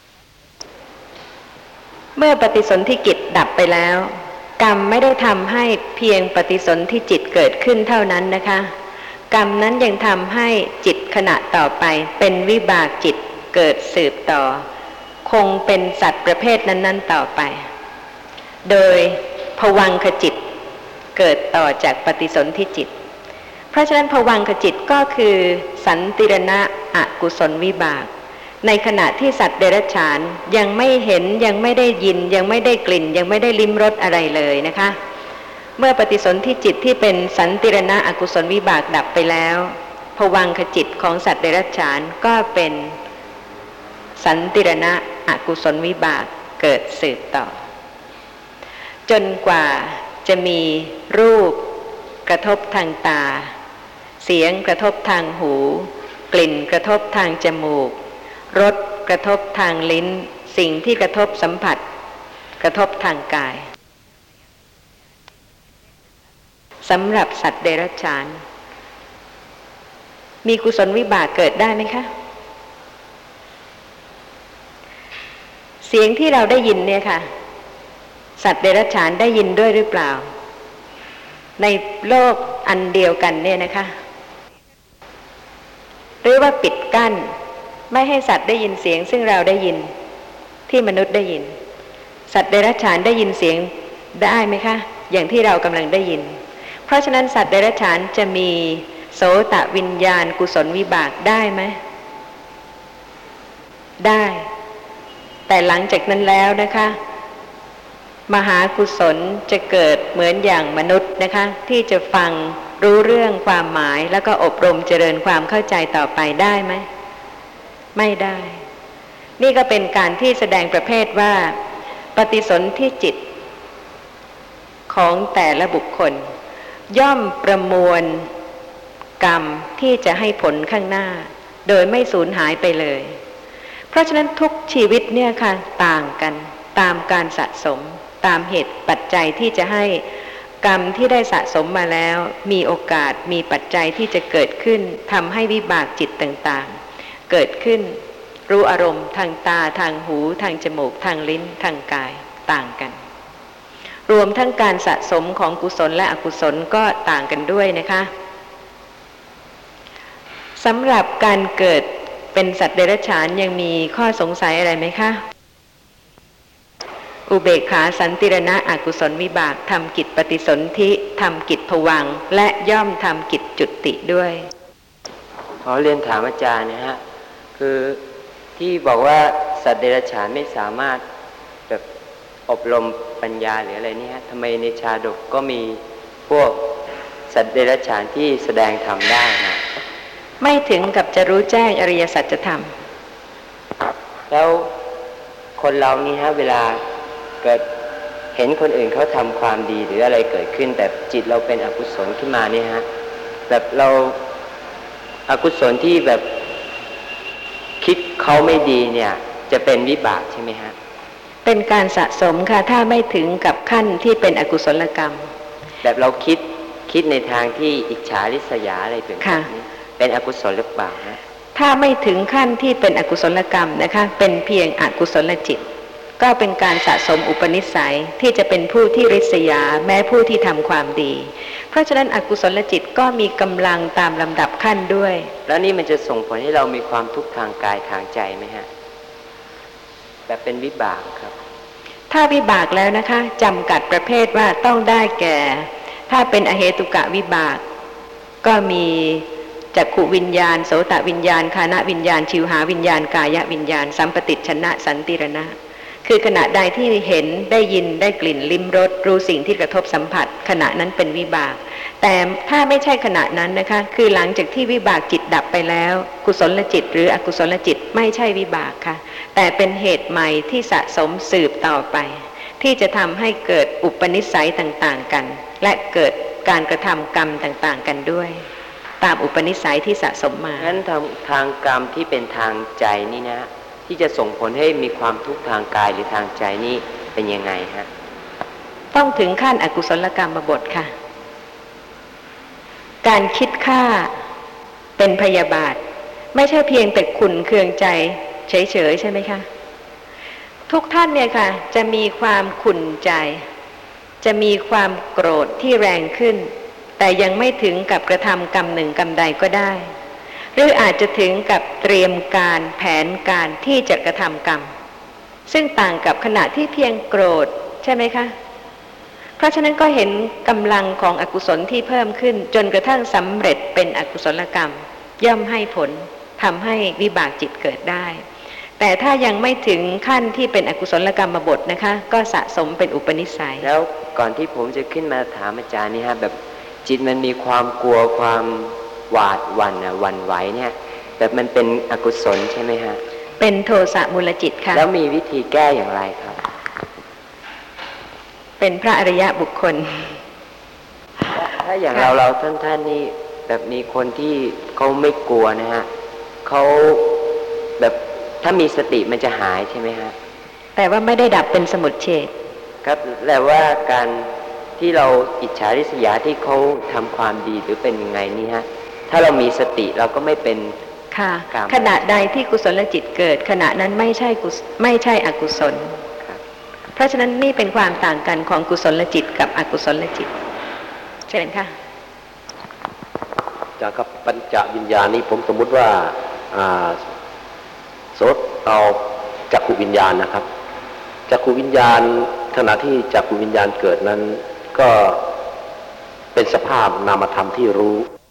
เมื่อปฏิสนธิกิจดับไปแล้วกรรมไม่ได้ทำให้เพียงปฏิสนธิจิตเกิดขึ้นเท่านั้นนะคะกรรมนั้นยังทำให้จิตขณะต่อไปเป็นวิบากจิตเกิดสืบต่อคงเป็นสัตว์ประเภทนั้นๆต่อไปโดยภวังคจิตเกิดต่อจากปฏิสนธิจิตเพราะฉะนั้นภวังคจิตก็คือสันติรณะอกุศลวิบากในขณะที่สัตว์เดรัจฉานยังไม่เห็นยังไม่ได้ยินยังไม่ได้กลิ่นยังไม่ได้ลิ้มรสอะไรเลยนะคะเมื่อปฏิสนธิจิตที่เป็นสันติรณะอกุศลวิบากดับไปแล้วภวังคจิตของสัตว์เดรัจฉานก็เป็นสันติรณะอกุศลวิบากเกิดสืบต่อจนกว่าจะมีรูปกระทบทางตาเสียงกระทบทางหูกลิ่นกระทบทางจมูกรสกระทบทางลิ้นสิ่งที่กระทบสัมผัสกระทบทางกายสำหรับสัตว์เดรัจฉานมีกุศลวิบากเกิดได้ไหมคะเสียงที่เราได้ยินเนี่ยค่ะสัตว์เดรัจฉานได้ยินด้วยหรือเปล่าในโลกอันเดียวกันเนี่ยนะคะหรือว่าปิดกั้นไม่ให้สัตว์ได้ยินเสียงซึ่งเราได้ยินที่มนุษย์ได้ยินสัตว์เดรัจฉานได้ยินเสียงได้ไหมคะอย่างที่เรากำลังได้ยินเพราะฉะนั้นสัตว์เดรัจฉานจะมีโสตวิญญาณกุศลวิบากได้ไหมได้แต่หลังจากนั้นแล้วนะคะมหากุศลจะเกิดเหมือนอย่างมนุษย์นะคะที่จะฟังรู้เรื่องความหมายแล้วก็อบรมเจริญความเข้าใจต่อไปได้ไหมไม่ได้นี่ก็เป็นการที่แสดงประเภทว่าปฏิสนธิจิตของแต่ละบุคคลย่อมประมวลกรรมที่จะให้ผลข้างหน้าโดยไม่สูญหายไปเลยเพราะฉะนั้นทุกชีวิตเนี่ยค่ะต่างกันตามการสะสมตามเหตุปัจจัยที่จะให้กรรมที่ได้สะสมมาแล้วมีโอกาสมีปัจจัยที่จะเกิดขึ้นทำให้วิบากจิตต่างๆเกิดขึ้นรู้อารมณ์ทางตาทางหูทางจมูกทางลิ้นทางกายต่างกันรวมทั้งการสะสมของกุศลและอกุศลก็ต่างกันด้วยนะคะสำหรับการเกิดเป็นสัตว์เดรัจฉานยังมีข้อสงสัยอะไรไหมคะอุเบกขาสันติรณะอกุศลวิบากทำกิจปฏิสนธิทำกิจภวังค์และย่อมทำกิจจุติด้วยขอเรียนถามอาจารย์นะฮะคือที่บอกว่าสัตว์เดรัจฉานไม่สามารถแบบอบรมปัญญาหรืออะไรนี่ฮะทำไมในชาดกก็มีพวกสัตว์เดรัจฉานที่แสดงธรรมได้นะไม่ถึงกับจะรู้แจ้งอริยสัจธรรมแล้วคนเรานี่ฮะเวลาเกิดเห็นคนอื่นเขาทำความดีหรืออะไรเกิดขึ้นแต่จิตเราเป็นอกุศลขึ้นมาเนี่ยฮะแบบเราอกุศลที่แบบคิดเขาไม่ดีเนี่ยจะเป็นวิบากใช่ไหมฮะเป็นการสะสมค่ะถ้าไม่ถึงกับขั้นที่เป็นอกุศลกรรมแบบเราคิดคิดในทางที่อิจฉาริษยาอะไรเป็นแบบนี้เป็นอกุศลหรือเปล่าฮะถ้าไม่ถึงขั้นที่เป็นอกุศลกรรมนะคะเป็นเพียงอกุศลจิตก็เป็นการสะสมอุปนิสัยที่จะเป็นผู้ที่ริษยาแม้ผู้ที่ทำความดีเพราะฉะนั้นอกุศลจิตก็มีกำลังตามลำดับขั้นด้วยแล้วนี่มันจะส่งผลให้เรามีความทุกข์ทางกายทางใจไหมฮะแบบเป็นวิบากครับถ้าวิบากแล้วนะคะจำกัดประเภทว่าต้องได้แก่ถ้าเป็นอเหตุกะวิบากก็มีจักขุวิญญาณโสตวิญญาณฆานวิญญาณชิวหาวิญญาณกายวิญญาณสัมปติชนะสันติรณะคือขณะใดที่เห็นได้ยินได้กลิ่นลิ้มรสรู้สิ่งที่กระทบสัมผัสขณะนั้นเป็นวิบากแต่ถ้าไม่ใช่ขณะนั้นนะคะคือหลังจากที่วิบากจิตดับไปแล้วกุศลจิตหรืออกุศลจิตไม่ใช่วิบากค่ะแต่เป็นเหตุใหม่ที่สะสมสืบต่อไปที่จะทำให้เกิดอุปนิสัยต่างๆกันและเกิดการกระทำกรรมต่างๆกันด้วยตามอุปนิสัยที่สะสมมางั้นทางทางกรรมที่เป็นทางใจนี่นะที่จะส่งผลให้มีความทุกข์ทางกายหรือทางใจนี่เป็นยังไงฮะต้องถึงขั้นอกุศลกรรมบทค่ะการคิดฆ่าเป็นพยาบาทไม่ใช่เพียงแต่ขุ่นเคืองใจเฉยๆใช่ไหมคะทุกท่านเนี่ยค่ะจะมีความขุ่นใจจะมีความโกรธที่แรงขึ้นแต่ยังไม่ถึงกับกระทำกรรมหนึ่งกรรมใดก็ได้หรืออาจจะถึงกับเตรียมการแผนการที่จะกระทำกรรมซึ่งต่างกับขณะที่เพียงโกรธใช่ไหมคะเพราะฉะนั้นก็เห็นกำลังของอกุศลที่เพิ่มขึ้นจนกระทั่งสำเร็จเป็นอกุศลกรรมย่อมให้ผลทำให้วิบากจิตเกิดได้แต่ถ้ายังไม่ถึงขั้นที่เป็นอกุศลกรรมบทนะคะก็สะสมเป็นอุปนิสัยแล้วก่อนที่ผมจะขึ้นมาถามอาจารย์นี่ฮะแบบจิตมันมีความกลัวความหวาดหวั่นอ่ะหวั่นไหวเนี่ยแบบมันเป็นอกุศลใช่ไหมฮะเป็นโทสะมูลจิตค่ะแล้วมีวิธีแก้อย่างไรครับเป็นพระอริยะบุคคลถ้าอย่างเราเราท่านท่านนี่แบบมีคนที่เขาไม่กลัวนะฮะเขาแบบถ้ามีสติมันจะหายใช่ไหมฮะแต่ว่าไม่ได้ดับเป็นสมุจเฉทครับแต่ว่าการที่เราอิจฉาริษยาที่เขาทำความดีหรือเป็นยังไงนี่ฮะถ้าเรามีสติเราก็ไม่เป็นค่ะขณะใดที่กุศลจิตเกิดขณะนั้นไม่ใช่กุศไม่ใช่อกุศลเพราะฉะนั้นนี่เป็นความต่างกันของกุศลจิตกับอกุศลจิตเชิญค่ะจากกับปัญจวิญญาณนี้ผมสมมุติว่าโสตเอาจักขุวิญญาณนะครับจักขุวิญญาณขณะที่จักขุวิญญาณเกิดนั้นก็เป็นสภาพนามธรรมที่รู้